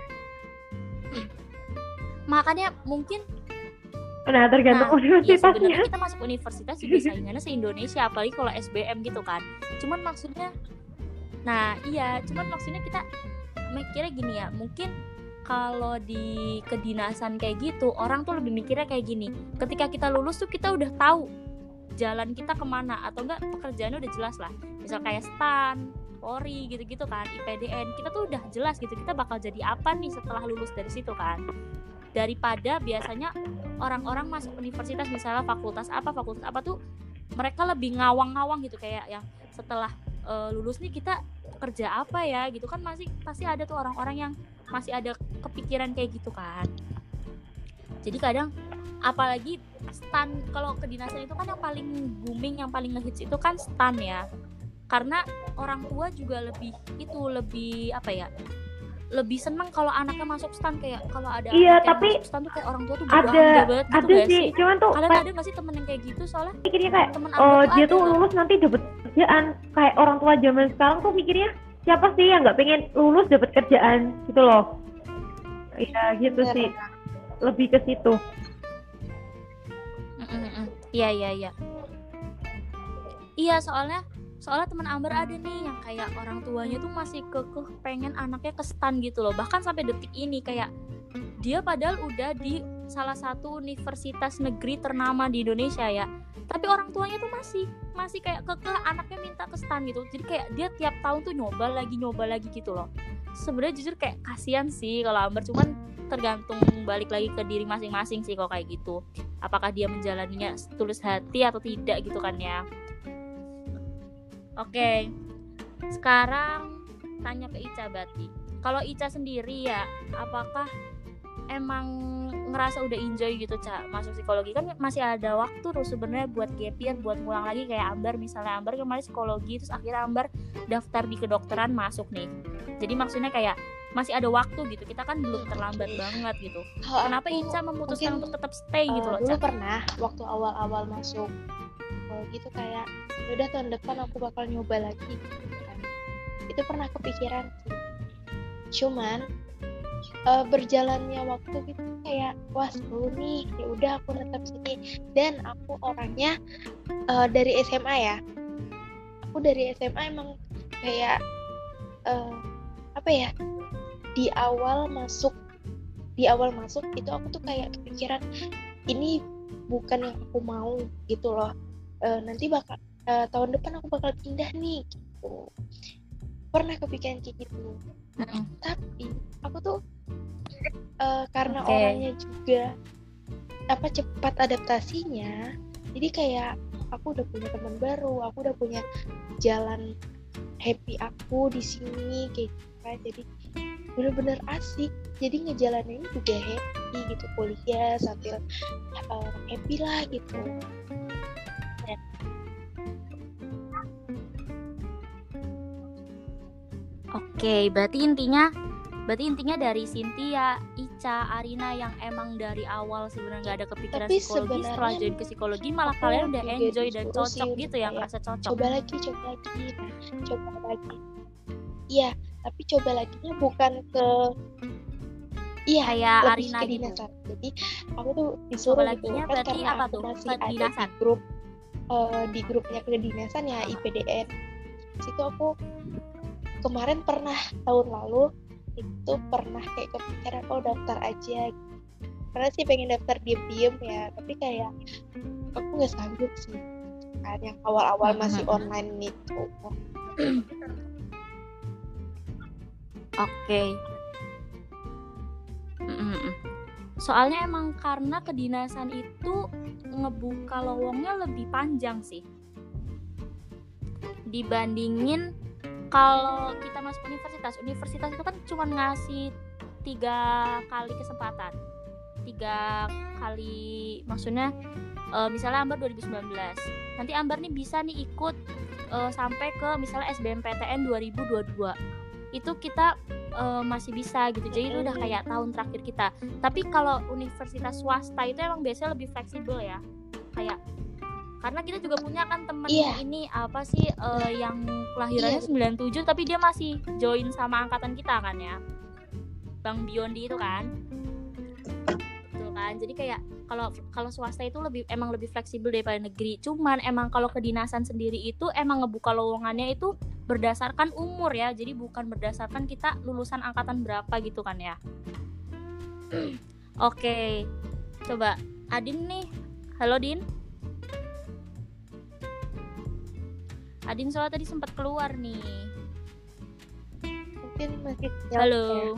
Makanya mungkin Nah, tergantung Nah, ya sebenarnya universitasnya. kita masuk universitas juga saingannya se-Indonesia, apalagi kalau S B M gitu kan. Cuman maksudnya, nah iya, cuman maksudnya kita mikirnya gini ya, mungkin kalau di kedinasan kayak gitu, orang tuh lebih mikirnya kayak gini. Ketika kita lulus tuh kita udah tahu jalan kita kemana, atau enggak pekerjaannya udah jelas lah. Misal kayak stan, Polri gitu-gitu kan, I P D N, kita tuh udah jelas gitu, kita bakal jadi apa nih setelah lulus dari situ kan. Daripada biasanya orang-orang masuk universitas misalnya fakultas apa fakultas apa tuh mereka lebih ngawang-ngawang gitu, kayak yang setelah uh, lulus nih kita kerja apa ya gitu kan, masih pasti ada tuh orang-orang yang masih ada kepikiran kayak gitu kan. Jadi kadang apalagi stan, kalau kedinasan itu kan yang paling booming, yang paling ngehits itu kan stan ya, karena orang tua juga lebih itu lebih apa ya, lebih seneng kalau anaknya masuk stan. Kayak kalau ada Iya, anak yang tapi masuk stan tuh kayak orang tua tuh ada bangga banget gitu ada gak sih, sih? cuman tuh Kalian kayak ada gak sih temen yang kayak gitu? Soalnya mikirnya kayak temen oh aku dia ada tuh loh. lulus nanti dapat kerjaan. Kayak orang tua zaman sekarang tuh mikirnya siapa sih yang nggak pengen lulus dapat kerjaan gitu loh. Iya gitu Bener. sih, lebih ke situ. Mm-mm-mm. Iya iya iya. Iya soalnya soalnya teman Amber ada nih yang kayak orang tuanya tuh masih kekeh pengen anaknya ke stan gitu loh. Bahkan sampai detik ini kayak dia padahal udah di salah satu universitas negeri ternama di Indonesia ya, tapi orang tuanya tuh masih masih kayak kekeh anaknya minta ke stan gitu. Jadi kayak dia tiap tahun tuh nyoba lagi nyoba lagi gitu loh. Sebenarnya jujur kayak kasihan sih kalau Amber, cuman tergantung balik lagi ke diri masing-masing sih kalau kayak gitu. Apakah dia menjalaninya tulus hati atau tidak gitu kan ya. Oke, sekarang tanya ke Ica berarti. Kalau Ica sendiri ya, apakah emang ngerasa udah enjoy gitu Ca masuk psikologi? Kan masih ada waktu tuh sebenarnya buat gap year, buat ngulang lagi kayak Amber. Misalnya Amber kemarin psikologi, terus akhirnya Amber daftar di kedokteran masuk nih. Jadi maksudnya kayak masih ada waktu gitu, kita kan belum terlambat banget gitu. Kalau Kenapa aku Ica memutuskan mungkin, untuk tetap stay gitu uh, loh dulu Ca? pernah waktu awal-awal masuk psikologi tuh kayak udah tahun depan aku bakal nyoba lagi gitu kan. Itu pernah kepikiran sih. Cuman uh, berjalannya waktu gitu kayak wah seru nih, ya udah aku tetap sini. Dan aku orangnya uh, dari S M A ya, aku dari S M A emang kayak uh, apa ya, di awal masuk di awal masuk itu aku tuh kayak kepikiran ini bukan yang aku mau gitu loh. Uh, nanti bakal uh, tahun depan aku bakal pindah nih gitu. Pernah kepikiran kayak gitu. Mm-mm. Tapi aku tuh uh, karena Oke. orangnya juga apa cepat adaptasinya, jadi kayak aku udah punya teman baru, aku udah punya jalan happy aku di sini kayak gitu kan. Jadi bener-bener asik, jadi ngejalaninnya juga happy gitu, kuliah sambil uh, happy lah gitu. Oke, berarti intinya berarti intinya dari Cynthia, Ica, Arina yang emang dari awal sebenarnya nggak ada kepikiran Tapi psikologi, setelah sebenarnya join ke psikologi malah aku kalian udah juga enjoy dan disuruh cocok sih gitu ya, kayak ngerasa cocok. coba lagi coba lagi nah, coba lagi iya, tapi coba laginya bukan ke iya Kayak lebih Arina ke gitu. dinasan. Jadi aku tuh disuruh Coba gitu laginya kan, berarti karena apa aku tuh? masih ada di Kedinasan. grup eh, di grupnya kedinasan ya I P D N. Situ aku kemarin pernah tahun lalu itu pernah kayak kepikiran oh daftar aja gitu. Karena sih pengen daftar diem-diem ya, tapi kayak aku nggak sanggup sih kan, yang awal-awal masih Mhm. online itu. Oke. Mm-mm. Soalnya emang karena kedinasan itu ngebuka lowongnya lebih panjang sih dibandingin kalau kita masuk universitas. Universitas itu kan cuma ngasih tiga kali kesempatan, tiga kali, maksudnya eh, misalnya Ambar dua ribu sembilan belas, nanti Ambar nih bisa nih ikut eh, sampai ke misalnya S B M P T N dua ribu dua puluh dua, itu kita eh, masih bisa gitu, jadi itu udah kayak tahun terakhir kita. Tapi kalau universitas swasta itu emang biasanya lebih fleksibel ya, kayak karena kita juga punya kan temen Iya. ini apa sih eh, yang kelahirannya Iya. sembilan puluh tujuh tapi dia masih join sama angkatan kita kan ya, Bang Biondi itu kan, betul kan. Jadi kayak kalau kalau swasta itu lebih emang lebih fleksibel daripada negeri. Cuman emang kalau kedinasan sendiri itu emang ngebuka lowongannya itu berdasarkan umur ya, jadi bukan berdasarkan kita lulusan angkatan berapa gitu kan ya. Oke, coba Adin nih, halo Din. Adin soalnya tadi sempat keluar nih. Mungkin masih Halo.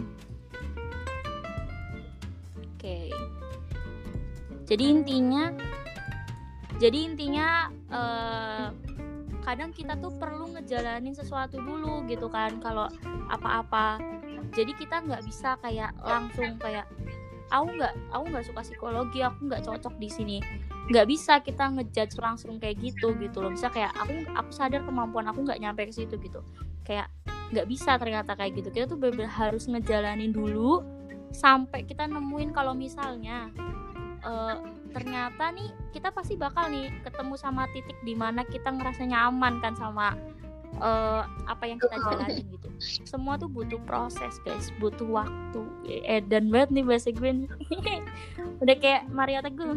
Oke. Jadi intinya, jadi intinya eh, kadang kita tuh perlu ngejalanin sesuatu dulu gitu kan. Kalau apa-apa, jadi kita nggak bisa kayak langsung kayak aku nggak, aku nggak suka psikologi, aku nggak cocok di sini. Nggak bisa kita ngejudge langsung kayak gitu gitu loh. Bisa kayak aku aku sadar kemampuan aku nggak nyampe ke situ gitu. Kayak nggak bisa ternyata kayak gitu. Kita tuh bener-bener harus ngejalanin dulu sampai kita nemuin kalau misalnya uh, ternyata nih kita pasti bakal nih ketemu sama titik di mana kita ngerasa nyaman kan sama uh, apa yang kita jalanin gitu. Semua tuh butuh proses guys, butuh waktu. Edan banget nih bahasa gue nih. Udah kayak Mario Teguh.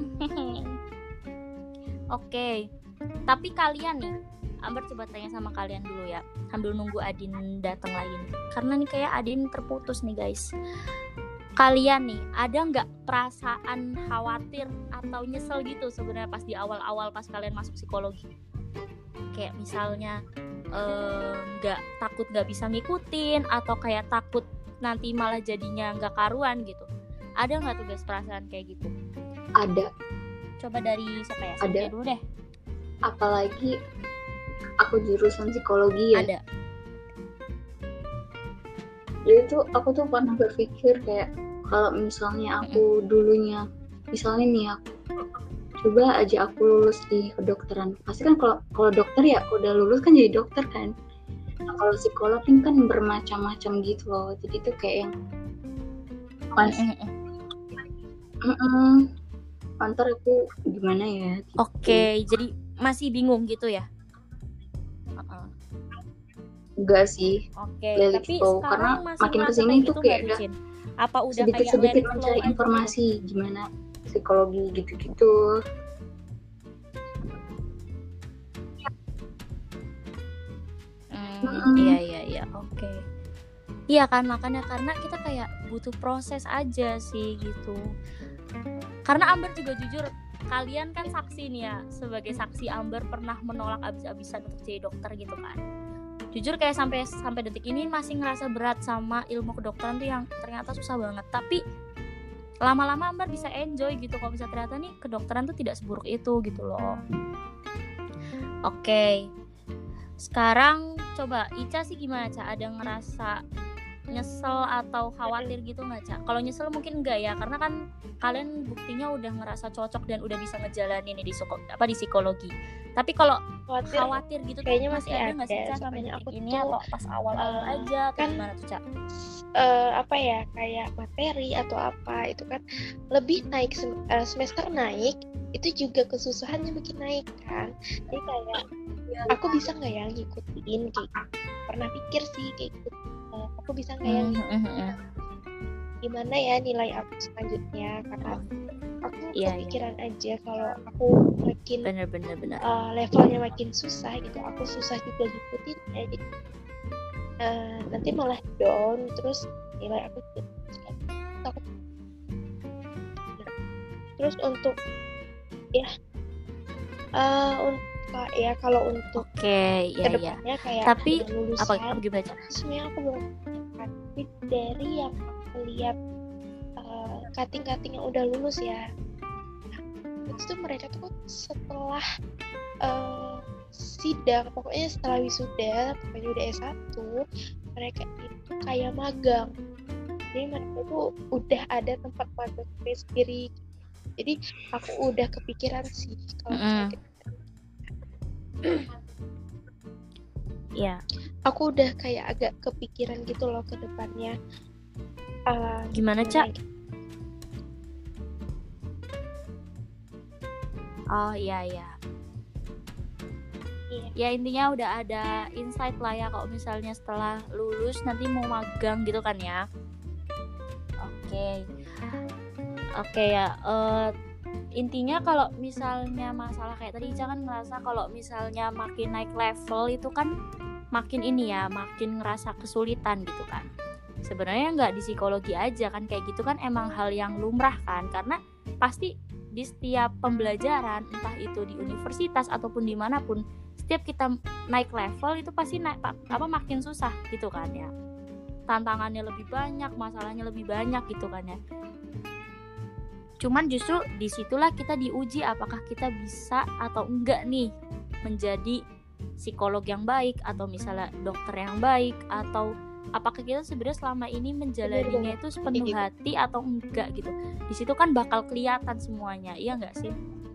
Oke, tapi kalian nih, Amber coba tanya sama kalian dulu ya, sambil nunggu Adin datang lagi nih. Karena nih kayak Adin terputus nih guys. Kalian nih, ada nggak perasaan khawatir atau nyesel gitu sebenarnya pas di awal-awal pas kalian masuk psikologi? Kayak misalnya nggak eh, takut nggak bisa ngikutin, atau kayak takut nanti malah jadinya nggak karuan gitu. Ada nggak tuh guys perasaan kayak gitu? Ada. Coba dari siapa ya? Ada. Dulu deh. Apalagi aku jurusan psikologi ya. Ada. Jadi tuh aku tuh pernah berpikir kayak kalau misalnya aku dulunya, misalnya nih aku coba aja aku lulus di kedokteran. Pasti kan kalau kalau dokter ya aku udah lulus kan jadi dokter kan. Nah, kalau psikolog ini kan bermacam-macam gitu loh. Jadi tuh kayak yang pas mm antar aku gimana ya gitu. Oke, jadi masih bingung gitu ya? Uh-uh. Enggak sih. Oke, let it tapi flow. sekarang Karena masih makin ngerasa kesini kayak tuh gitu kayak nggak, udah Lucin? Apa udah kayak sedikit-sedikit let it flow mencari aja informasi gimana psikologi gitu-gitu. Hmm, Mm-mm. iya iya iya, oke. Iya kan, makanya karena kita kayak butuh proses aja sih gitu. Karena Amber juga jujur, kalian kan saksi nih ya, sebagai saksi Amber pernah menolak abis-abisan untuk jadi dokter gitu kan. Jujur kayak sampai sampai detik ini masih ngerasa berat sama ilmu kedokteran tuh yang ternyata susah banget. Tapi lama-lama Amber bisa enjoy gitu kalau bisa ternyata nih kedokteran tuh tidak seburuk itu gitu loh. Oke. Sekarang coba Ica sih gimana, Ca? Ada ngerasa nyesel atau khawatir gitu nggak, Ca? Kalau nyesel mungkin enggak ya, karena kan kalian buktinya udah ngerasa cocok dan udah bisa ngejalanin ini di psiko- apa di psikologi. Tapi kalau khawatir, khawatir gitu kayaknya tuh masih masih ada nggak sih, ada. Ca, sampai Soalnya detik aku ini tuh, atau pas awal-awal uh, aja atau kan gimana tuh, Ca? uh, apa ya, kayak materi atau apa itu kan lebih naik sem- uh, semester naik itu juga kesusahannya bikin naik kan. Jadi kayak aku bisa nggak ya ngikutin kayak gitu. Pernah pikir sih kayak gitu, uh, aku bisa nggak ya ngikutin gimana ya nilai aku selanjutnya, karena aku Iya, kepikiran aja kalau aku makin Bener-bener bener. uh, levelnya makin susah gitu, aku susah juga ngikutin ya, jadi uh, nanti malah down terus nilai aku juga terus, aku terus untuk ya uh, un- suka ya kalau untuk Oke, ya ya. kedepannya kayak Tapi dengan lulusan. apa apa gimana? Cak? Sebenarnya aku belum tapi dari yang aku lihat uh, cutting-cutting yang udah lulus ya, itu tuh mereka tuh setelah uh, sidang, pokoknya setelah wisuda, pokoknya udah S satu, mereka itu kayak magang. Jadi mereka tuh udah ada tempat magang sendiri. Jadi aku udah kepikiran sih kalau Mm-mm. gitu. Ya, Aku udah kayak agak kepikiran gitu loh ke depannya. Uh, gimana Cak? Oh iya iya. Iya. Ya intinya udah ada insight lah ya kalau misalnya setelah lulus nanti mau magang gitu kan ya. Oke. Oke ya. Uh, intinya kalau misalnya masalah kayak tadi Ica kan ngerasa kalau misalnya makin naik level itu kan makin ini ya, makin ngerasa kesulitan gitu kan. Sebenarnya nggak di psikologi aja kan kayak gitu kan emang hal yang lumrah kan, karena pasti di setiap pembelajaran entah itu di universitas ataupun dimanapun, setiap kita naik level itu pasti naik apa makin susah gitu kan ya, tantangannya lebih banyak, masalahnya lebih banyak gitu kan ya. Cuman justru disitulah kita diuji apakah kita bisa atau enggak nih menjadi psikolog yang baik atau misalnya dokter yang baik, atau apakah kita sebenarnya selama ini menjalaninya itu sepenuh hati atau enggak gitu. Di situ kan bakal kelihatan semuanya, iya enggak sih?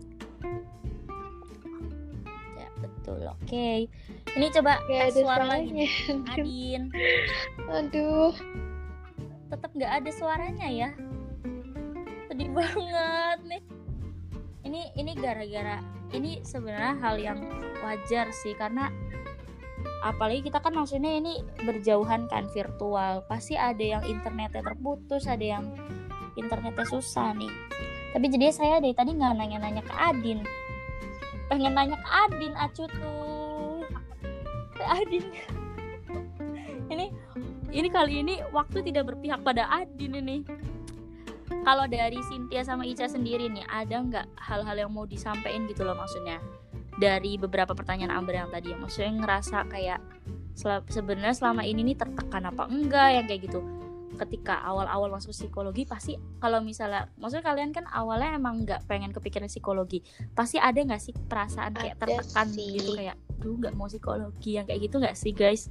Ya betul, oke. Okay. Ini coba Gak tes ada suara lagi suaranya. nih. Adin. Aduh. Tetap nggak ada suaranya ya. Sedih banget nih. Ini ini gara-gara ini sebenarnya hal yang wajar sih, karena apalagi kita kan maksudnya ini berjauhan kan, virtual, pasti ada yang internetnya terputus, ada yang internetnya susah nih. Tapi jadi saya dari tadi nggak nanya-nanya ke Adin, pengen nanya ke Adin, acu tuh ke Adin. ini ini kali ini waktu tidak berpihak pada Adin ini. Kalau dari Cynthia sama Ica sendiri nih, ada nggak hal-hal yang mau disampaikan gitu loh, maksudnya dari beberapa pertanyaan Amber yang tadi ya, maksudnya ngerasa kayak sel- sebenarnya selama ini nih tertekan apa enggak yang kayak gitu ketika awal-awal masuk psikologi. Pasti kalau misalnya maksudnya kalian kan awalnya emang nggak pengen kepikiran psikologi, pasti ada nggak sih perasaan kayak Ada tertekan sih. gitu, kayak duh nggak mau psikologi yang kayak gitu nggak sih guys?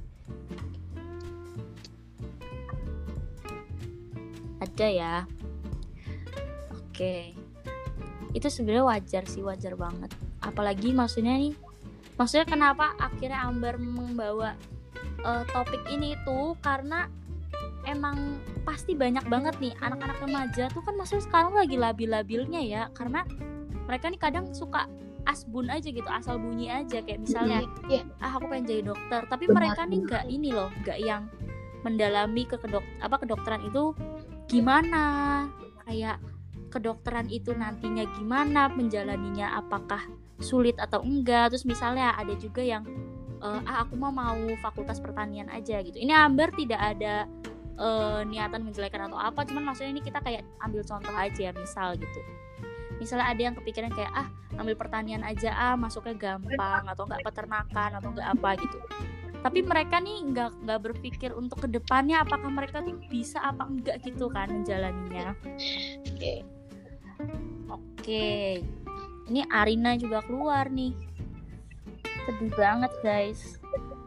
Ada ya. Oke, itu sebenarnya wajar sih, wajar banget. Apalagi maksudnya nih, maksudnya kenapa akhirnya Amber membawa uh, topik ini tuh karena emang pasti banyak banget nih anak-anak remaja tuh kan, maksudnya sekarang lagi labil-labilnya ya, karena mereka nih kadang suka asbun aja gitu, asal bunyi aja, kayak misalnya Iya. ah aku pengen jadi dokter, tapi Benar, mereka nih benar. nggak ini loh, nggak yang mendalami ke kedok apa kedokteran itu gimana, kayak kedokteran itu nantinya gimana menjalaninya, apakah sulit atau enggak. Terus misalnya ada juga yang uh, ah aku mau mau fakultas pertanian aja gitu. Ini Amber tidak ada uh, niatan menjelekan atau apa, cuman maksudnya ini kita kayak ambil contoh aja, misal gitu. Misalnya ada yang kepikiran kayak ah ambil pertanian aja ah masuknya gampang, atau enggak peternakan atau enggak apa gitu. Tapi mereka nih nggak nggak berpikir untuk kedepannya apakah mereka tuh bisa apa enggak gitu kan menjalaninya. Oke. Oke, ini Arina juga keluar nih, sedih banget guys.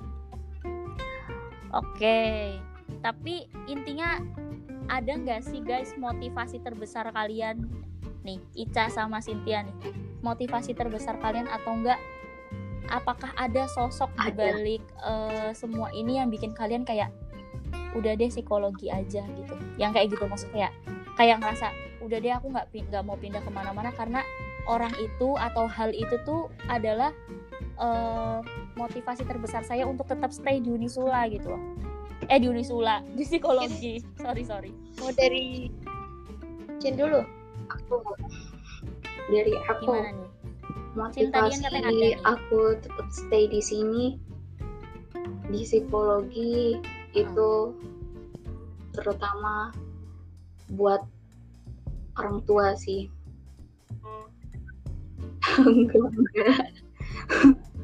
Oke, tapi intinya ada nggak sih guys motivasi terbesar kalian nih, Ica sama Cynthia nih, motivasi terbesar kalian atau enggak? Apakah ada sosok di balik uh, semua ini yang bikin kalian kayak udah deh psikologi aja gitu, yang kayak gitu, maksudnya kayak ngerasa udah deh aku nggak nggak mau pindah kemana-mana karena orang itu atau hal itu tuh adalah uh, motivasi terbesar saya untuk tetap stay di Unisula gitu loh. Eh di Unisula, di psikologi. Sorry sorry. Mau dari Jen dulu. Aku dari aku Gimana nih? Cinta dia katanya ada motivasi nih. aku tetap stay di sini di psikologi itu terutama buat orang tua sih. enggak enggak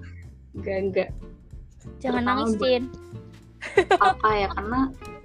enggak enggak Jangan Pertama, nangis, Cin. papa ya, karena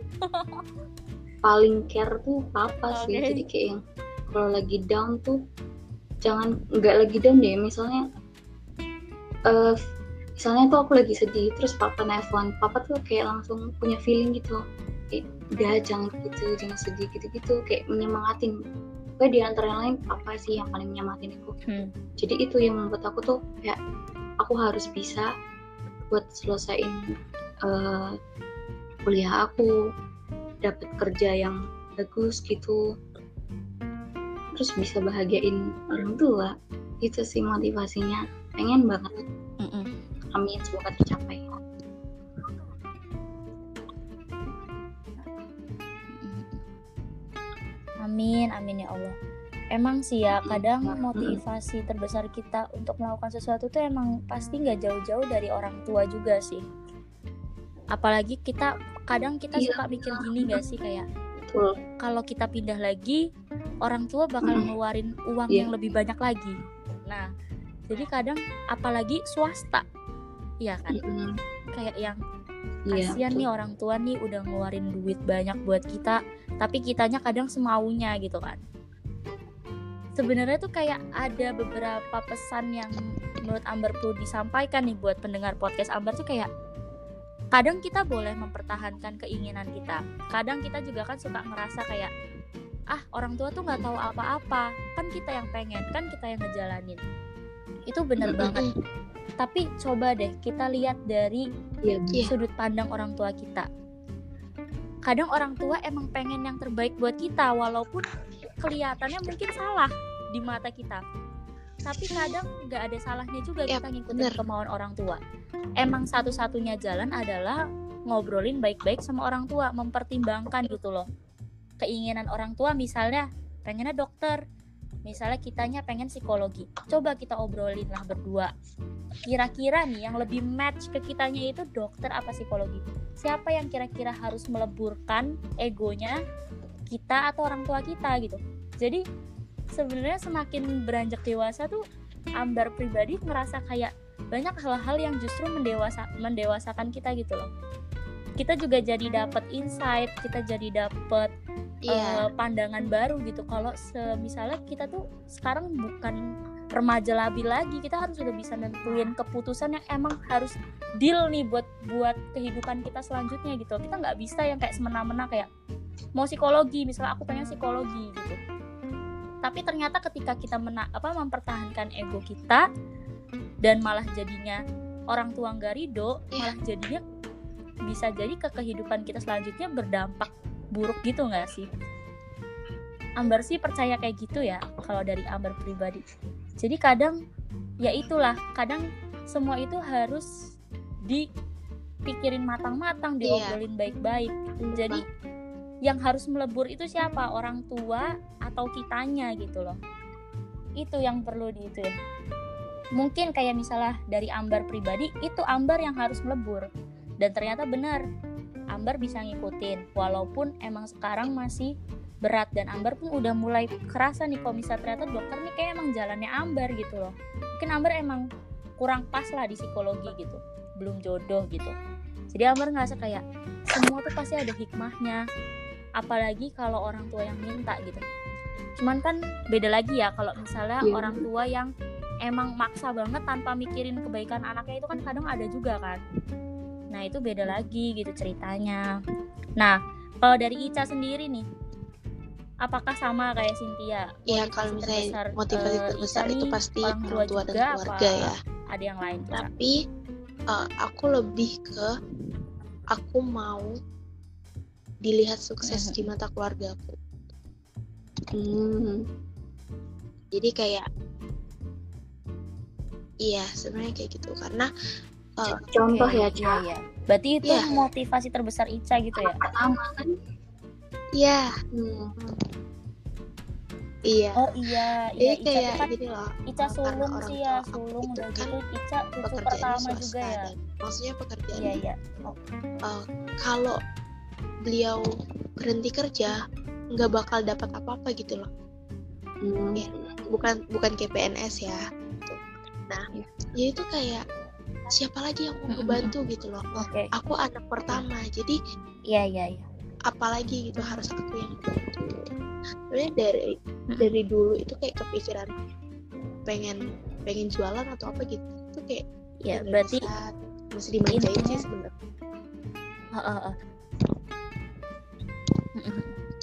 paling care tuh papa sih. Oke. Jadi kayak yang kalau lagi down tuh jangan nggak lagi down deh, misalnya eh misalnya tuh aku lagi sedih terus papa nelfon, papa tuh kayak langsung punya feeling gitu, kayak udah jangan gitu, jangan sedih gitu-gitu, kayak menyemangatin. Pokoknya di antara yang lain papa sih yang paling menyemangatin aku. Hmm. Jadi itu yang membuat aku tuh kayak aku harus bisa buat selesaiin uh, kuliah aku, dapat kerja yang bagus gitu, terus bisa bahagiain orang tua. Itu sih motivasinya, pengen banget. Mm-mm. Amin, semoga tercapai. Amin, amin ya Allah. Emang sih ya, kadang motivasi terbesar kita untuk melakukan sesuatu tuh emang pasti nggak jauh-jauh dari orang tua juga sih. Apalagi kita, kadang kita Iya. suka mikir gini nggak sih, kayak Betul. kalau kita pindah lagi, orang tua bakal Mm. ngeluarin uang Iya. yang lebih banyak lagi. Nah, jadi kadang apalagi swasta, ya kan, Mm-mm. kayak yang Iya, kasihan betul. nih orang tua nih udah ngeluarin duit banyak buat kita, tapi kitanya kadang semaunya gitu kan. Sebenarnya tuh kayak ada beberapa pesan yang menurut Amber perlu disampaikan nih buat pendengar podcast Amber tuh, kayak kadang kita boleh mempertahankan keinginan kita. Kadang kita juga kan suka ngerasa kayak, ah orang tua tuh nggak tahu apa-apa, kan kita yang pengen, kan kita yang ngejalanin. Itu bener banget. Tapi coba deh kita lihat dari Iya, Iya. sudut pandang orang tua kita. Kadang orang tua emang pengen yang terbaik buat kita, walaupun kelihatannya mungkin salah di mata kita. Tapi kadang nggak ada salahnya juga Yap, kita ngikutin bener. kemauan orang tua. Emang satu-satunya jalan adalah ngobrolin baik-baik sama orang tua, mempertimbangkan gitu loh. Keinginan orang tua misalnya pengennya dokter, misalnya kitanya pengen psikologi. Coba kita obrolin lah berdua. Kira-kira nih yang lebih match ke kitanya itu dokter apa psikologi? Siapa yang kira-kira harus meleburkan egonya, kita atau orang tua kita gitu. Jadi sebenarnya semakin beranjak dewasa tuh Ambar pribadi ngerasa kayak banyak hal-hal yang justru mendewasa mendewasakan kita gitu loh. Kita juga jadi dapat insight, kita jadi dapat Iya. uh, pandangan baru gitu. Kalau misalnya kita tuh sekarang bukan remaja labil lagi, kita harus udah bisa nentuin keputusan yang emang harus deal nih buat buat kehidupan kita selanjutnya gitu. Kita nggak bisa yang kayak semena-mena kayak mau psikologi, misalnya aku pengen psikologi gitu. Tapi ternyata ketika kita mena, apa mempertahankan ego kita dan malah jadinya orang tua nggak ridho, malah jadinya bisa jadi ke kehidupan kita selanjutnya berdampak buruk gitu nggak sih? Ambar sih percaya kayak gitu ya kalau dari Ambar pribadi. Jadi kadang ya itulah, kadang semua itu harus dipikirin matang-matang, diobrolin baik-baik. Jadi yang harus melebur itu siapa? Orang tua atau kitanya gitu loh. Itu yang perlu di itu ya. Mungkin kayak misalnya dari Ambar pribadi, itu Ambar yang harus melebur. Dan ternyata benar, Ambar bisa ngikutin walaupun emang sekarang masih berat, dan Ambar pun udah mulai kerasa nih kalau misalnya ternyata dokter nih kayak emang jalannya Ambar gitu loh. Mungkin Ambar emang kurang pas lah di psikologi gitu, belum jodoh gitu. Jadi Ambar ngerasa kayak semua tuh pasti ada hikmahnya, apalagi kalau orang tua yang minta gitu. Cuman kan beda lagi ya kalau misalnya Iya. orang tua yang emang maksa banget tanpa mikirin kebaikan anaknya, itu kan kadang ada juga kan. Nah itu beda lagi gitu ceritanya. Nah kalau dari Ica sendiri nih, apakah sama kayak Cynthia? Iya, Motivasi kalau misalnya terbesar, motivasi eh, terbesar Ica itu nih pasti orang tua orang tua dan juga keluarga apa ya. ada yang lain tuh, Ca? Tapi uh, aku lebih ke aku mau dilihat sukses Mhm. di mata keluarga aku. Hmm. Jadi kayak iya sebenarnya kayak gitu, karena uh, Contoh Oke, ya, iya, Ca. iya. Berarti itu Iya. motivasi terbesar Ica gitu ya? Pertama kan. iya Hmm. iya. Oh iya, iya Jadi Ica kayak tuh kan gini loh. Ica karena sulung orang sih tua ya, aku sulung itu udah kan gitu Ica cucu pekerjaannya pertama swasta juga ya. dan maksudnya pekerjaan Iya iya. Oh, uh, kalau beliau berhenti kerja nggak bakal dapat apa-apa gitu loh. Hmm. Iya. Bukan bukan kayak P N S ya. Tuh. Nah, Iya. ya itu kayak siapa lagi yang mau Mm-mm. ngebantu gitu loh. Oke. Aku anak pertama, jadi Iya, iya, iya. apalagi gitu harus aku yang bantu. Sebenarnya dari Mm-mm. dari dulu itu kayak kepikiran pengen pengen jualan atau apa gitu. Itu kayak Ya, nggak berarti bisa, mesti dimanjain intinya- sih sebenarnya. Heeh, heeh. Mm-mm.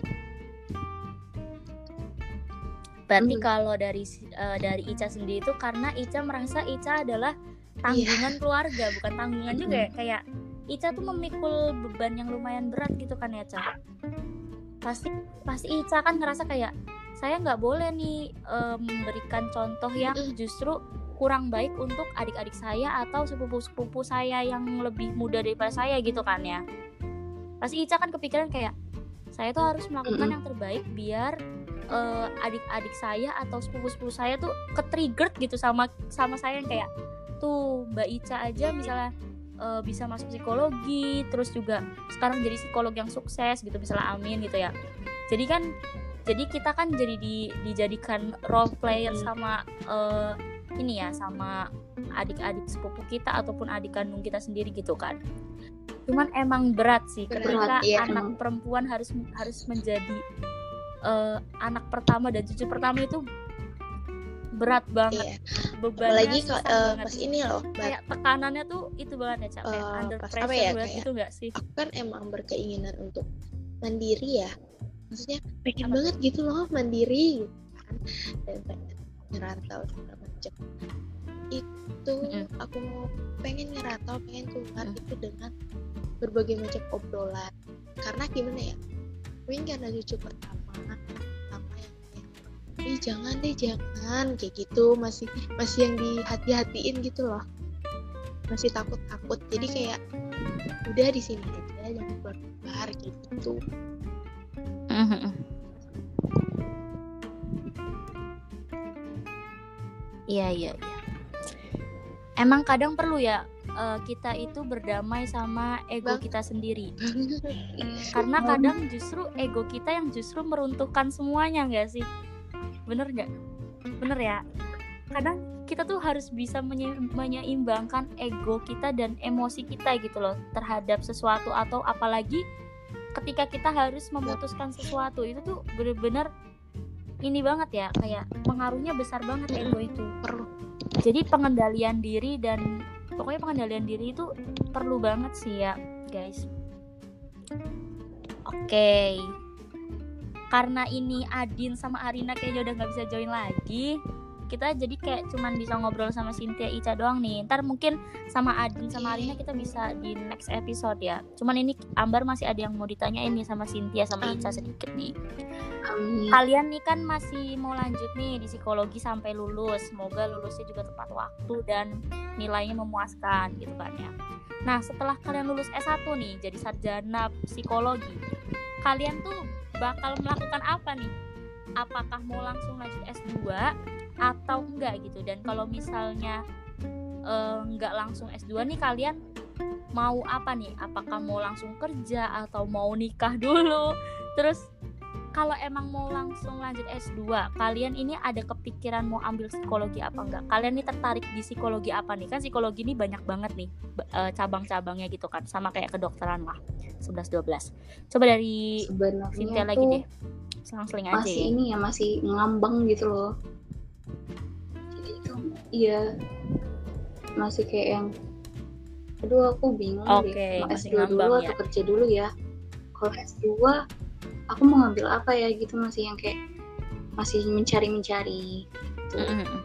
Berarti Hmm. kalau dari eh, dari Ica sendiri itu karena Ica merasa Ica adalah tanggungan keluarga, bukan tanggungan juga ya. Kayak Ica tuh memikul beban yang lumayan berat gitu kan ya, Ca. Pasti pasti Ica kan ngerasa kayak saya nggak boleh nih eh, memberikan contoh yang justru kurang baik untuk adik-adik saya atau sepupu-sepupu saya yang lebih muda daripada saya gitu kan ya. Pasti Ica kan kepikiran kayak saya tuh harus melakukan Mm-mm. yang terbaik biar eh, adik-adik saya atau sepupu-sepupu saya tuh ke-triggered gitu sama sama saya yang kayak tuh Mbak Ica aja misalnya eh, bisa masuk psikologi, terus juga sekarang jadi psikolog yang sukses gitu, misalnya amin gitu ya. Jadi kan jadi kita kan jadi di, dijadikan role player sama eh, ini ya, sama adik-adik sepupu kita ataupun adik kandung kita sendiri gitu kan. Cuman emang berat sih Berat, ketika iya, anak emang. perempuan harus harus menjadi eh, anak pertama dan cucu pertama itu berat banget. Iya. Bebannya Apalagi susah ka- eh, banget. pas ini loh, Mbak. Kayak tekanannya tuh itu banget ya, Cak. Kayak Eh, under pas pressure apa ya, banget kayak- gitu nggak sih? Aku kan emang berkeinginan untuk mandiri ya, maksudnya pengen Apa banget gitu loh mandiri gitu kan, dan pengen ngerantau segala macam itu. Mm-mm. Aku mau pengen ngerantau, pengen keluar Mm. itu dengan berbagai macam obrolan, karena gimana ya, mungkin karena cucu pertama sama yang kayak ih jangan deh jangan kayak gitu, masih masih yang dihati-hatiin gitu loh, masih takut-takut, jadi kayak udah di sini aja jangan keluar-keluar gitu. Iya, iya, iya. Emang kadang perlu ya eh, kita itu berdamai sama ego Bang. kita sendiri. Karena kadang justru ego kita yang justru meruntuhkan semuanya, nggak sih? Bener nggak? Bener ya. Kadang kita tuh harus bisa menye- menyeimbangkan ego kita dan emosi kita gitu loh terhadap sesuatu, atau apalagi ketika kita harus memutuskan sesuatu itu tuh bener-bener ini banget ya, kayak pengaruhnya besar banget ego itu. Perlu. Jadi pengendalian diri dan pokoknya pengendalian diri itu perlu banget sih ya guys. Oke, karena ini Adin sama Arina kayaknya udah nggak bisa join lagi, kita jadi kayak cuman bisa ngobrol sama Cynthia, Ica doang nih. Ntar mungkin sama Adin sama Arina kita bisa di next episode ya. Cuman ini Ambar masih ada yang mau ditanyain nih sama Cynthia sama Ica sedikit nih. Amin. Kalian nih kan masih mau lanjut nih di psikologi sampai lulus. Semoga lulusnya juga tepat waktu dan nilainya memuaskan gitu kan ya. Nah, setelah kalian lulus S satu nih jadi sarjana psikologi, kalian tuh bakal melakukan apa nih? Apakah mau langsung lanjut S dua atau enggak gitu? Dan kalau misalnya eh, enggak langsung S dua nih, kalian mau apa nih? Apakah mau langsung kerja atau mau nikah dulu? Terus kalau emang mau langsung lanjut S dua, kalian ini ada kepikiran mau ambil psikologi apa enggak? Kalian nih tertarik di psikologi apa nih? Kan psikologi ini banyak banget nih eh, cabang-cabangnya gitu kan, sama kayak kedokteran lah, sebelas dua belas. Coba dari Cynthia Sebenarnya lagi tuh deh, selang-seling aja masih ya. ini ya, masih ngambang gitu loh. Jadi itu iya masih kayak yang aduh aku bingung Oke, deh mau S masih dua ngambang dulu ya. atau kerja dulu ya. Kalau S dua aku mau ngambil apa ya gitu, masih yang kayak masih mencari-mencari gitu. Mm-mm.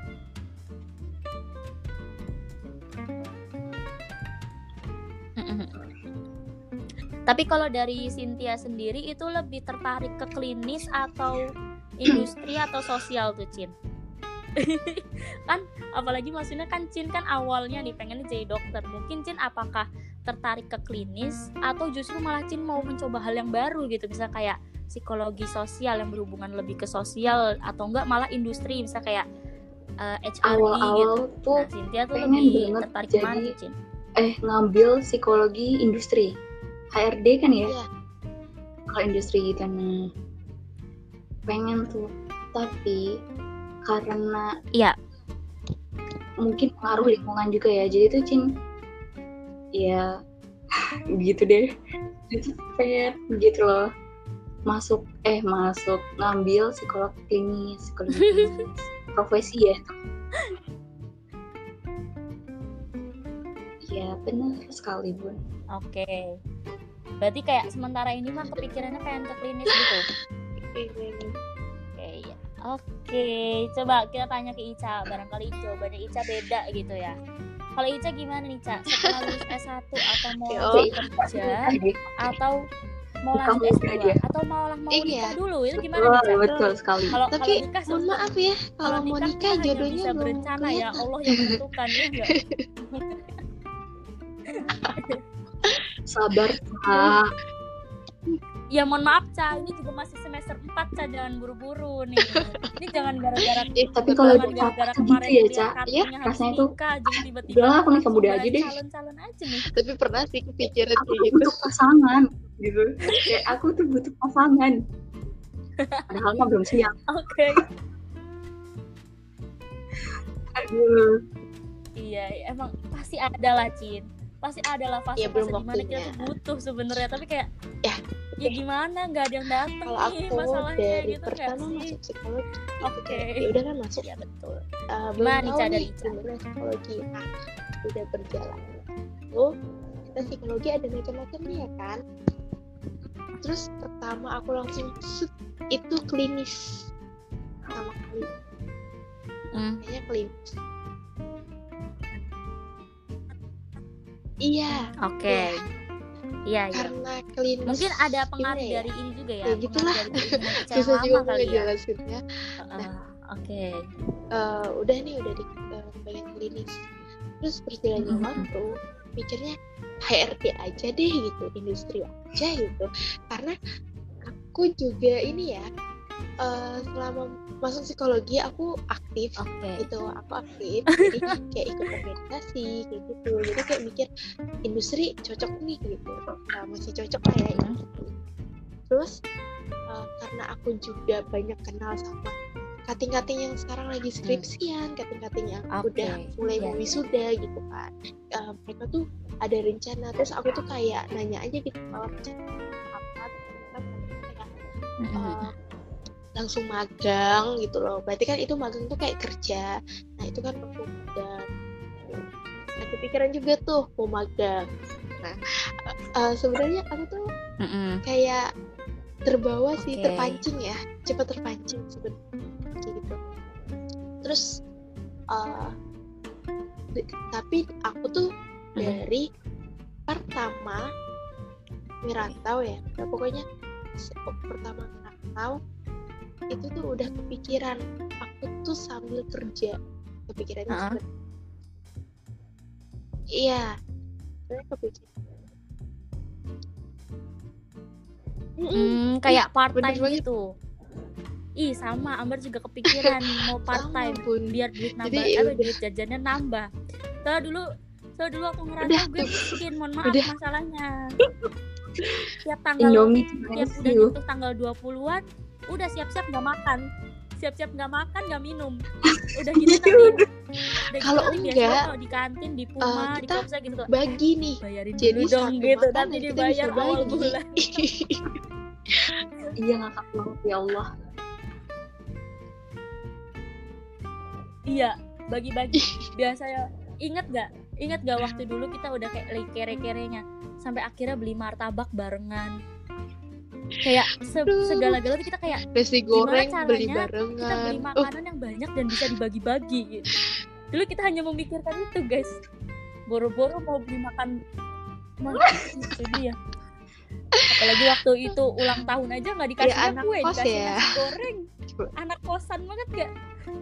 Mm-mm. Tapi kalau dari Cynthia sendiri itu lebih tertarik ke klinis atau industri atau sosial tuh, Cin? Kan apalagi maksudnya kan Cin kan awalnya nih pengennya jadi dokter. Mungkin Cin apakah tertarik ke klinis atau justru malah Cin mau mencoba hal yang baru gitu, bisa kayak psikologi sosial yang berhubungan lebih ke sosial, atau enggak malah industri bisa kayak uh, H R D gitu. Awal-awal tuh Nah, Cynthia tuh pengen lebih banget tertarik jadi- kemana tuh, Cin? eh ngambil psikologi industri H R D kan ya. Iya. Kalau industri gitu, nah pengen tuh, tapi karena Iya. mungkin pengaruh lingkungan juga ya. Jadi tuh Cin ya gitu deh. Itu pengen gitu loh. Masuk eh masuk ngambil psikolog klinis, psikologi klinis. Profesi ya. Ya benar sekali Bun. Oke. Berarti kayak sementara ini mah kepikirannya pengen ke klinis gitu. Oke, ya. Oke, coba kita tanya ke Ica. Barangkali jawabannya Ica beda gitu ya. Kalau Ica gimana nih, Ca? Setelah lulus S satu atau mau lanjut kerja atau mau lanjut S dua atau malah mau Iya. nikah dulu? Itu gimana Betul, nih, Ca? betul sekali. Kalau Tapi kalau nikah mohon maaf ya, kalau mau nikah nikah hanya jodohnya bisa belum berencana ya, kelihatan. Allah yang menentukan ya enggak? Sabar, Kak. Ya mohon maaf, Ca, ini juga masih semester empat, Ca, jangan buru-buru nih. Ini jangan gara-gara Eh, tapi kalau jangan udah gara-gara segitu kemarin ya, lihat Ca, kartunya ya, habis rasanya tuh, nikah, jangan tiba-tiba udahlah, aku nikah langsung muda bahas aja deh. calon-calon aja nih. Tapi pernah sih kepikiran Aku kayak tuh gitu. butuh pasangan gitu. Kayak aku tuh butuh pasangan. Padahal mah belum siap. Oke. Aduh. Iya, emang pasti ada lah, Cin. Pasti ada lah Ya, fase-fase belum dimana kita waktunya. tuh butuh sebenarnya, tapi kayak Ya, ya gimana, nggak ada yang datang Kalau nih aku masalahnya dari gitu nggak pertama sih? masuk psikologi, gitu Oke. kayak, ya udah kan masuk. Ya betul. Uh, belum Gimana nih, tahu Ca, dari nih Ica? gimana psikologi. Nah, udah berjalan. Lalu kita psikologi ada macam-macamnya ya kan. Terus pertama aku langsung set, itu klinis sama kali. Hmm. Kayaknya klinis. Iya. Oke. Iya, iya. Karena klinis. Mungkin ada pengaruh gimana ya? dari ini juga ya. Ya gitulah. pengaruh dari keinginan Ica yang Susah lama juga kali ya. ngejelasinnya. Heeh. Oke. Uh, udah nih udah di uh, pengen klinis. Terus berjalannya Mhm. waktu pikirnya H R D aja deh gitu, industri aja gitu. Karena aku juga ini ya uh, selama masuk psikologi aku aktif Oke. gitu, aku aktif jadi kayak ikut organisasi kayak gitu, jadi kayak mikir industri cocok nih gitu. Nah, masih cocok lah ya Mhm. industri. Terus uh, karena aku juga banyak kenal sama kating-kating yang sekarang lagi skripsian, kating-kating yang Oke, udah mulai iya, mau iya. wisuda gitu kan. Uh, mereka tuh ada rencana, terus aku tuh kayak nanya aja gitu kalau rencana apa, terus mereka kayak Mhm. uh, langsung magang gitu loh. Berarti kan itu magang tuh kayak kerja. Nah itu kan aku magang. Nah kepikiran juga tuh mau magang. Nah uh, sebenarnya aku tuh Mhm. kayak terbawa sih, Oke. terpancing ya, cepat terpancing sebenarnya kayak gitu. Terus uh, di- tapi aku tuh Mhm. dari pertama merantau ya, nah, pokoknya se- pertama merantau itu tuh udah kepikiran aku tuh sambil kerja, kepikirannya Uh-uh. seperti iya, saya kepikiran. Mm-mm. Hmm, kayak part bener time banget. gitu. Ih, sama Amber juga kepikiran mau part time Sama, Bun. biar duit nambah, Jadi, apa udah. duit jajannya nambah. Soalnya dulu, soalnya dulu aku ngerasa Udah, gue miskin, mohon maaf udah. masalahnya. Tiap tanggal, Indomie tiap Cina udah you. nyentuh tanggal dua puluhan, udah siap-siap nggak makan. Siap-siap nggak makan, nggak minum. Udah gitu nanti. Udah gitu Kalau nanti biasanya enggak, kalau di kantin, di Puma, uh, di kita Komsa gitu tuh. Bagi nih, Bayarin jadi dulu dong satu gitu, makanan nanti kita dibayar bisa awal bagi. bulan. Iya ngakak banget ya Allah. Iya, bagi-bagi. Biasanya inget gak? Inget gak waktu dulu kita udah kayak lagi kere-kerenya sampai akhirnya beli martabak barengan. Kayak se- Aduh. segala-gala tuh kita kayak nasi gimana goreng beli caranya barengan. kita beli Oh, makanan yang banyak dan bisa dibagi-bagi gitu. Dulu kita hanya memikirkan itu, guys. Boro-boro mau beli makan. Nah, itu dia. Apalagi waktu itu ulang tahun aja nggak dikasih Ya, anak kue, kos dikasih ya. nasi goreng. Coba. Anak kosan banget gak?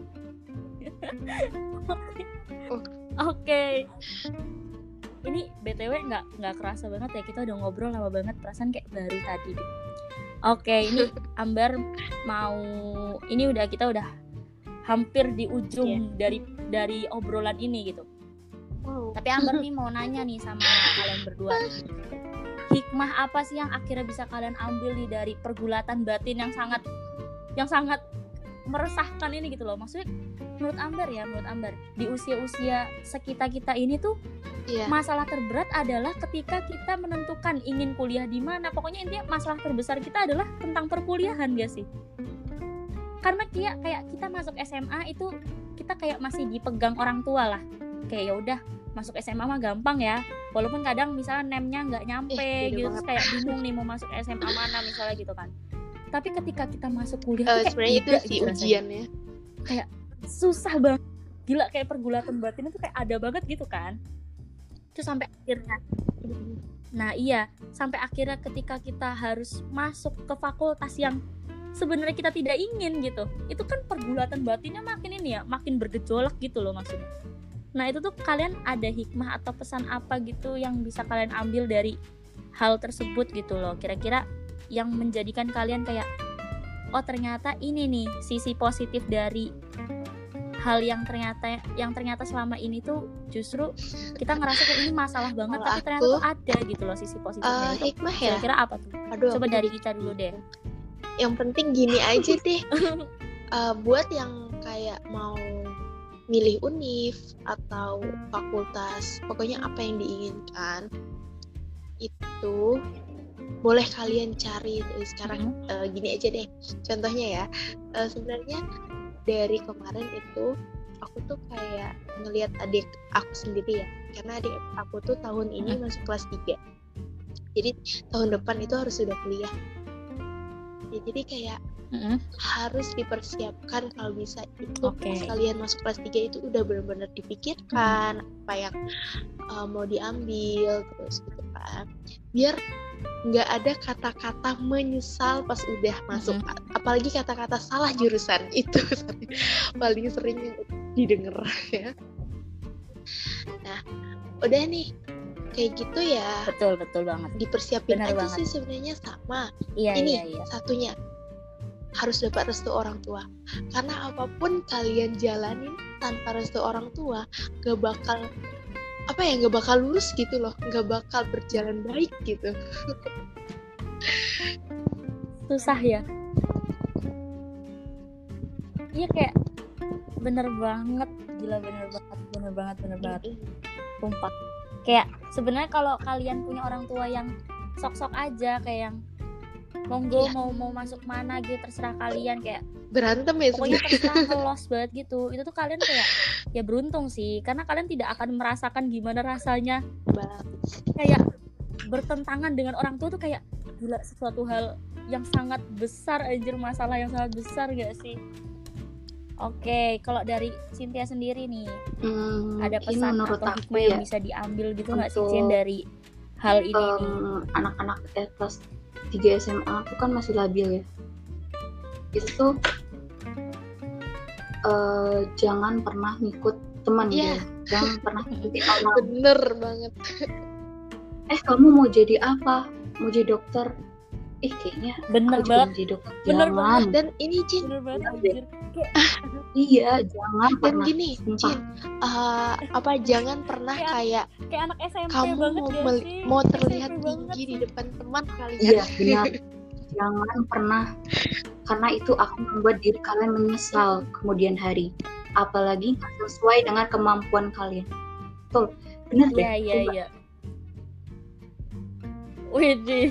Oh. Oke. Ini B T W nggak nggak kerasa banget ya, kita udah ngobrol lama banget, perasaan kayak baru tadi deh. Oke, ini Amber mau ini udah kita udah hampir di ujung dari dari obrolan ini gitu. wow. Tapi Amber nih mau nanya nih sama kalian berdua nih. Hikmah apa sih yang akhirnya bisa kalian ambil nih dari pergulatan batin yang sangat yang sangat meresahkan ini gitu loh. Maksudnya menurut Ambar ya, menurut Ambar di usia-usia sekitar kita ini tuh Iya. masalah terberat adalah ketika kita menentukan ingin kuliah di mana. Pokoknya intinya masalah terbesar kita adalah tentang perkuliahan gak sih? Karena kayak kayak kita masuk S M A itu kita kayak masih dipegang orang tua lah. Kayak ya udah masuk S M A mah gampang ya. Walaupun kadang misalnya nemnya nggak nyampe Eh, gitu, beda terus kayak bingung nih mau masuk S M A mana misalnya gitu kan. Tapi ketika kita masuk kuliah Eh, tuh kayak sebenarnya itu beda sih gitu rasanya. ujiannya. Susah banget. Gila kayak pergulatan batin itu kayak ada banget gitu kan. Terus sampai akhirnya Nah iya, sampai akhirnya ketika kita harus masuk ke fakultas yang sebenarnya kita tidak ingin gitu, itu kan pergulatan batinnya makin ini ya, makin bergejolak gitu loh maksudnya. Nah itu tuh kalian ada hikmah atau pesan apa gitu yang bisa kalian ambil dari hal tersebut gitu loh, kira-kira yang menjadikan kalian kayak, oh ternyata ini nih sisi positif dari hal yang ternyata yang ternyata selama ini tuh justru kita ngerasa kayak ini masalah banget, Kalau tapi ternyata aku, tuh ada gitu loh sisi positifnya. Eh, Itu hikmah ya. kira-kira apa tuh? Aduh, Coba aku dari jadi- Ica dulu deh. Yang penting gini aja deh. Eh, buat yang kayak mau milih univ atau fakultas, pokoknya apa yang diinginkan itu boleh kalian cari dari sekarang. Eh, gini aja deh, contohnya ya. Eh, sebenarnya dari kemarin itu aku tuh kayak ngelihat adik aku sendiri ya, karena adik aku tuh tahun ini masuk kelas tiga, jadi tahun depan itu harus sudah kuliah ya, jadi kayak Mm-mm. harus dipersiapkan kalau bisa itu Oke. pas kalian masuk kelas tiga itu udah benar-benar dipikirkan apa yang uh, mau diambil terus gitu kan, biar nggak ada kata-kata menyesal pas udah masuk. Mm-mm. Apalagi kata-kata salah jurusan itu paling sering didengar ya. Nah udah nih kayak gitu ya, Betul betul banget. dipersiapin Benar aja banget. sih sebenarnya sama. Iya Ini iya iya. satunya harus dapat restu orang tua, karena apapun kalian jalanin tanpa restu orang tua gak bakal apa ya gak bakal lurus gitu loh, gak bakal berjalan baik gitu. Susah ya. Iya kayak bener banget, gila bener banget, bener banget, bener banget. Sumpah. Kayak sebenarnya kalau kalian punya orang tua yang sok-sok aja kayak yang monggo Iya. mau mau masuk mana gitu terserah kalian, kayak Berantem ya pokoknya sebenarnya. terserah ngelos banget gitu. Itu tuh kalian kayak ya beruntung sih, karena kalian tidak akan merasakan gimana rasanya Bang. kayak bertentangan dengan orang tua tuh, kayak gila sesuatu hal yang sangat besar, anjir, masalah yang sangat besar gak sih? Oke, kalau dari Cynthia sendiri nih, Hmm, ada ini pesan menurut atau aku hikmah yang ya, bisa diambil gitu nggak sih untuk, Cin dari hal ini nih? em, anak-anak eh, kelas tiga S M A itu kan masih labil ya. Itu tuh eh, jangan pernah ngikut teman Iya. gitu. Jangan pernah ngikutin orang. Bener banget. Eh kamu mau jadi apa? Mau jadi dokter? Ih kayaknya Bener aku juga banget, mau jadi dokter. Bener Jangan. Dan ini Jin, bener banget Iya, anjir. Kayak Iya, jangan dan pernah. gini Sumpah. Jin, uh, apa jangan pernah Kayak- kayak kayak anak S M P kamu banget mau gak mel- sih? mau terlihat S M P banget tinggi di sih. depan teman kalian. Iya benar. Jangan pernah, karena itu akan membuat diri kalian menyesal kemudian hari. Apalagi nggak sesuai dengan kemampuan kalian. Betul, benar deh. Iya iya Coba. iya. Widih,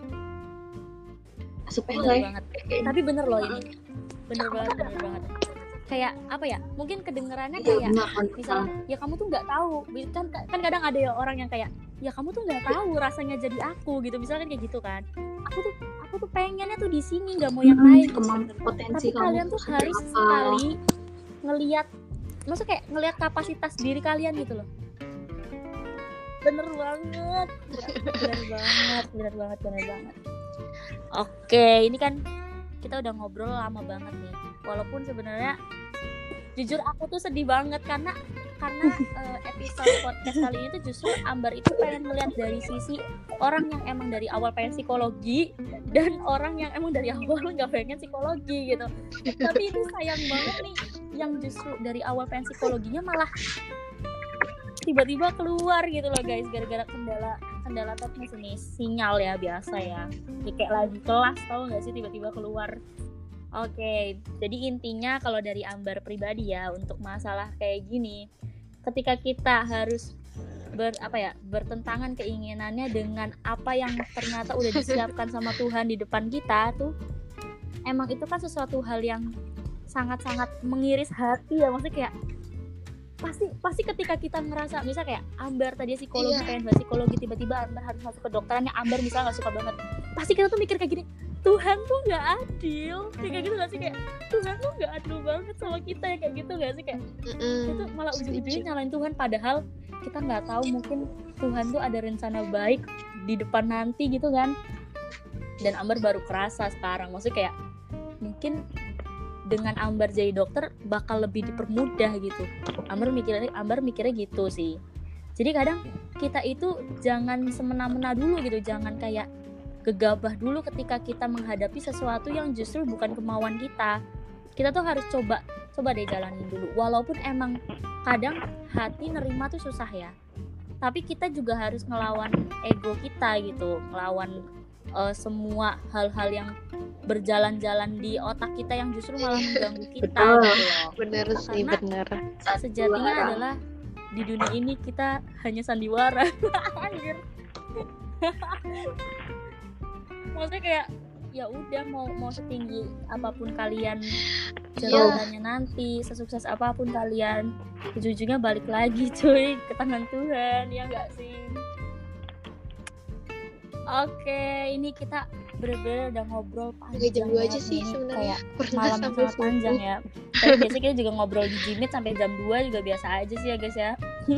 Supaya bener like, banget. Tapi bener loh ini, bener banget, bener banget. Kayak apa ya? Mungkin kedengarannya iya kayak benar kan. misalnya ya kamu tuh nggak tahu, kan kan kadang ada ya orang yang kayak ya kamu tuh nggak tahu rasanya jadi aku gitu, misalnya kayak gitu kan. Aku tuh aku tuh pengennya tuh di sini, nggak mau yang Hmm, lain. kemampuan potensi Tapi kamu kalian tuh seperti harus apa. sekali ngelihat, maksudnya kayak ngelihat kapasitas diri kalian gitu loh. Bener banget, bener banget, bener banget, bener banget. Oke, ini kan kita udah ngobrol lama banget nih. Walaupun sebenarnya jujur aku tuh sedih banget karena karena eh, episode podcast kali ini tuh justru Ambar itu pengen melihat dari sisi orang yang emang dari awal pengen psikologi dan orang yang emang dari awal nggak pengen psikologi gitu. Tapi itu sayang banget nih, yang justru dari awal pengen psikologinya malah tiba-tiba keluar gitu loh guys, gara-gara kendala kendala teknis ini, sinyal ya biasa ya, ya kayak lagi kelas tau nggak sih tiba-tiba keluar. Oke, jadi intinya kalau dari Ambar pribadi ya untuk masalah kayak gini, ketika kita harus ber apa ya bertentangan keinginannya dengan apa yang ternyata udah disiapkan sama Tuhan di depan kita tuh, emang itu kan sesuatu hal yang sangat-sangat mengiris hati ya, maksudnya kayak pasti pasti ketika kita ngerasa misal kayak Ambar tadi psikologi Iya. pengen bahas psikologi, tiba-tiba Ambar harus masuk ke dokteran yang Ambar misalnya nggak suka banget, pasti kita tuh mikir kayak gini, Tuhan tuh nggak adil kayak gitu nggak sih, kayak Tuhan tuh nggak adil banget sama kita ya kayak gitu nggak sih, kayak Mm-mm. itu malah ujung-ujungnya Setuju. nyalain Tuhan, padahal kita nggak tahu mungkin Tuhan tuh ada rencana baik di depan nanti gitu kan. Dan Ambar baru kerasa sekarang, maksudnya kayak mungkin dengan Ambar jadi dokter bakal lebih dipermudah gitu. Ambar mikirnya Ambar mikirnya gitu sih. Jadi kadang kita itu jangan semena-mena dulu gitu, jangan kayak gegabah dulu ketika kita menghadapi sesuatu yang justru bukan kemauan kita. Kita tuh harus coba coba deh jalanin dulu. Walaupun emang kadang hati nerima tuh susah ya. Tapi kita juga harus ngelawan ego kita gitu, ngelawan uh, semua hal-hal yang berjalan-jalan di otak kita yang justru malah mengganggu kita Betul. gitu loh. Bener sih, Karena bener. sejatinya Sandiwara. adalah di dunia ini kita hanya sandiwara. Anjir. Maksudnya kayak ya udah mau mau setinggi apapun kalian jabatannya nanti, sesukses apapun kalian, ujung-ujungnya balik lagi cuy ke tangan Tuhan, ya enggak sih? Oke, ini kita bener-bener udah ngobrol panjang. Udah jam dua ya. aja sih Ini sebenarnya. kayak Pernah malam sampai sangat panjang subuh. ya. Tapi biasanya kita juga ngobrol di Jimit sampai jam dua juga biasa aja sih ya guys ya.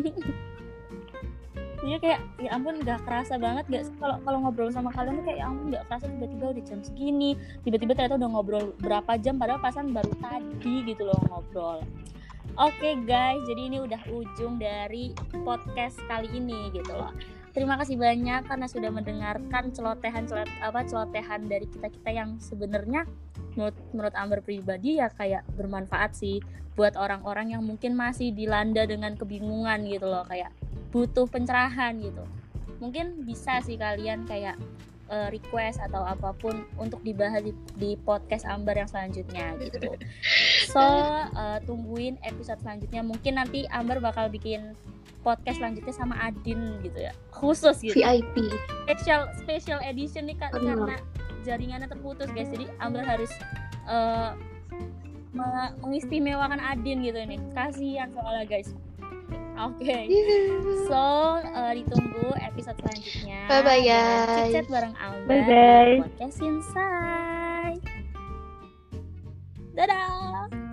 Iya kayak ya ampun gak kerasa banget gak sih kalau kalau ngobrol sama kalian tuh kayak ya ampun gak kerasa tiba-tiba udah jam segini, tiba-tiba ternyata udah ngobrol berapa jam padahal pasan baru tadi gitu loh ngobrol. Oke guys, jadi ini udah ujung dari podcast kali ini gitu loh. Terima kasih banyak karena sudah mendengarkan celotehan celot, apa celotehan dari kita-kita yang sebenarnya menurut menurut Amber pribadi ya kayak bermanfaat sih buat orang-orang yang mungkin masih dilanda dengan kebingungan gitu loh, kayak butuh pencerahan gitu. Mungkin bisa sih kalian kayak uh, request atau apapun untuk dibahas di, di podcast Amber yang selanjutnya gitu. So uh, tungguin episode selanjutnya. Mungkin nanti Amber bakal bikin podcast selanjutnya sama Adin gitu ya, khusus gitu. V I P. Special special edition nih Kak, Benar. karena jaringannya terputus guys. Jadi Amber harus uh, me- mengistimewakan Adin gitu nih. Kasihan soalnya guys. Oke, okay. So uh, ditunggu episode selanjutnya. Bye bye dengan guys. Chit-chat bareng Amber. Bye bye. Podcast Inside. Dadah.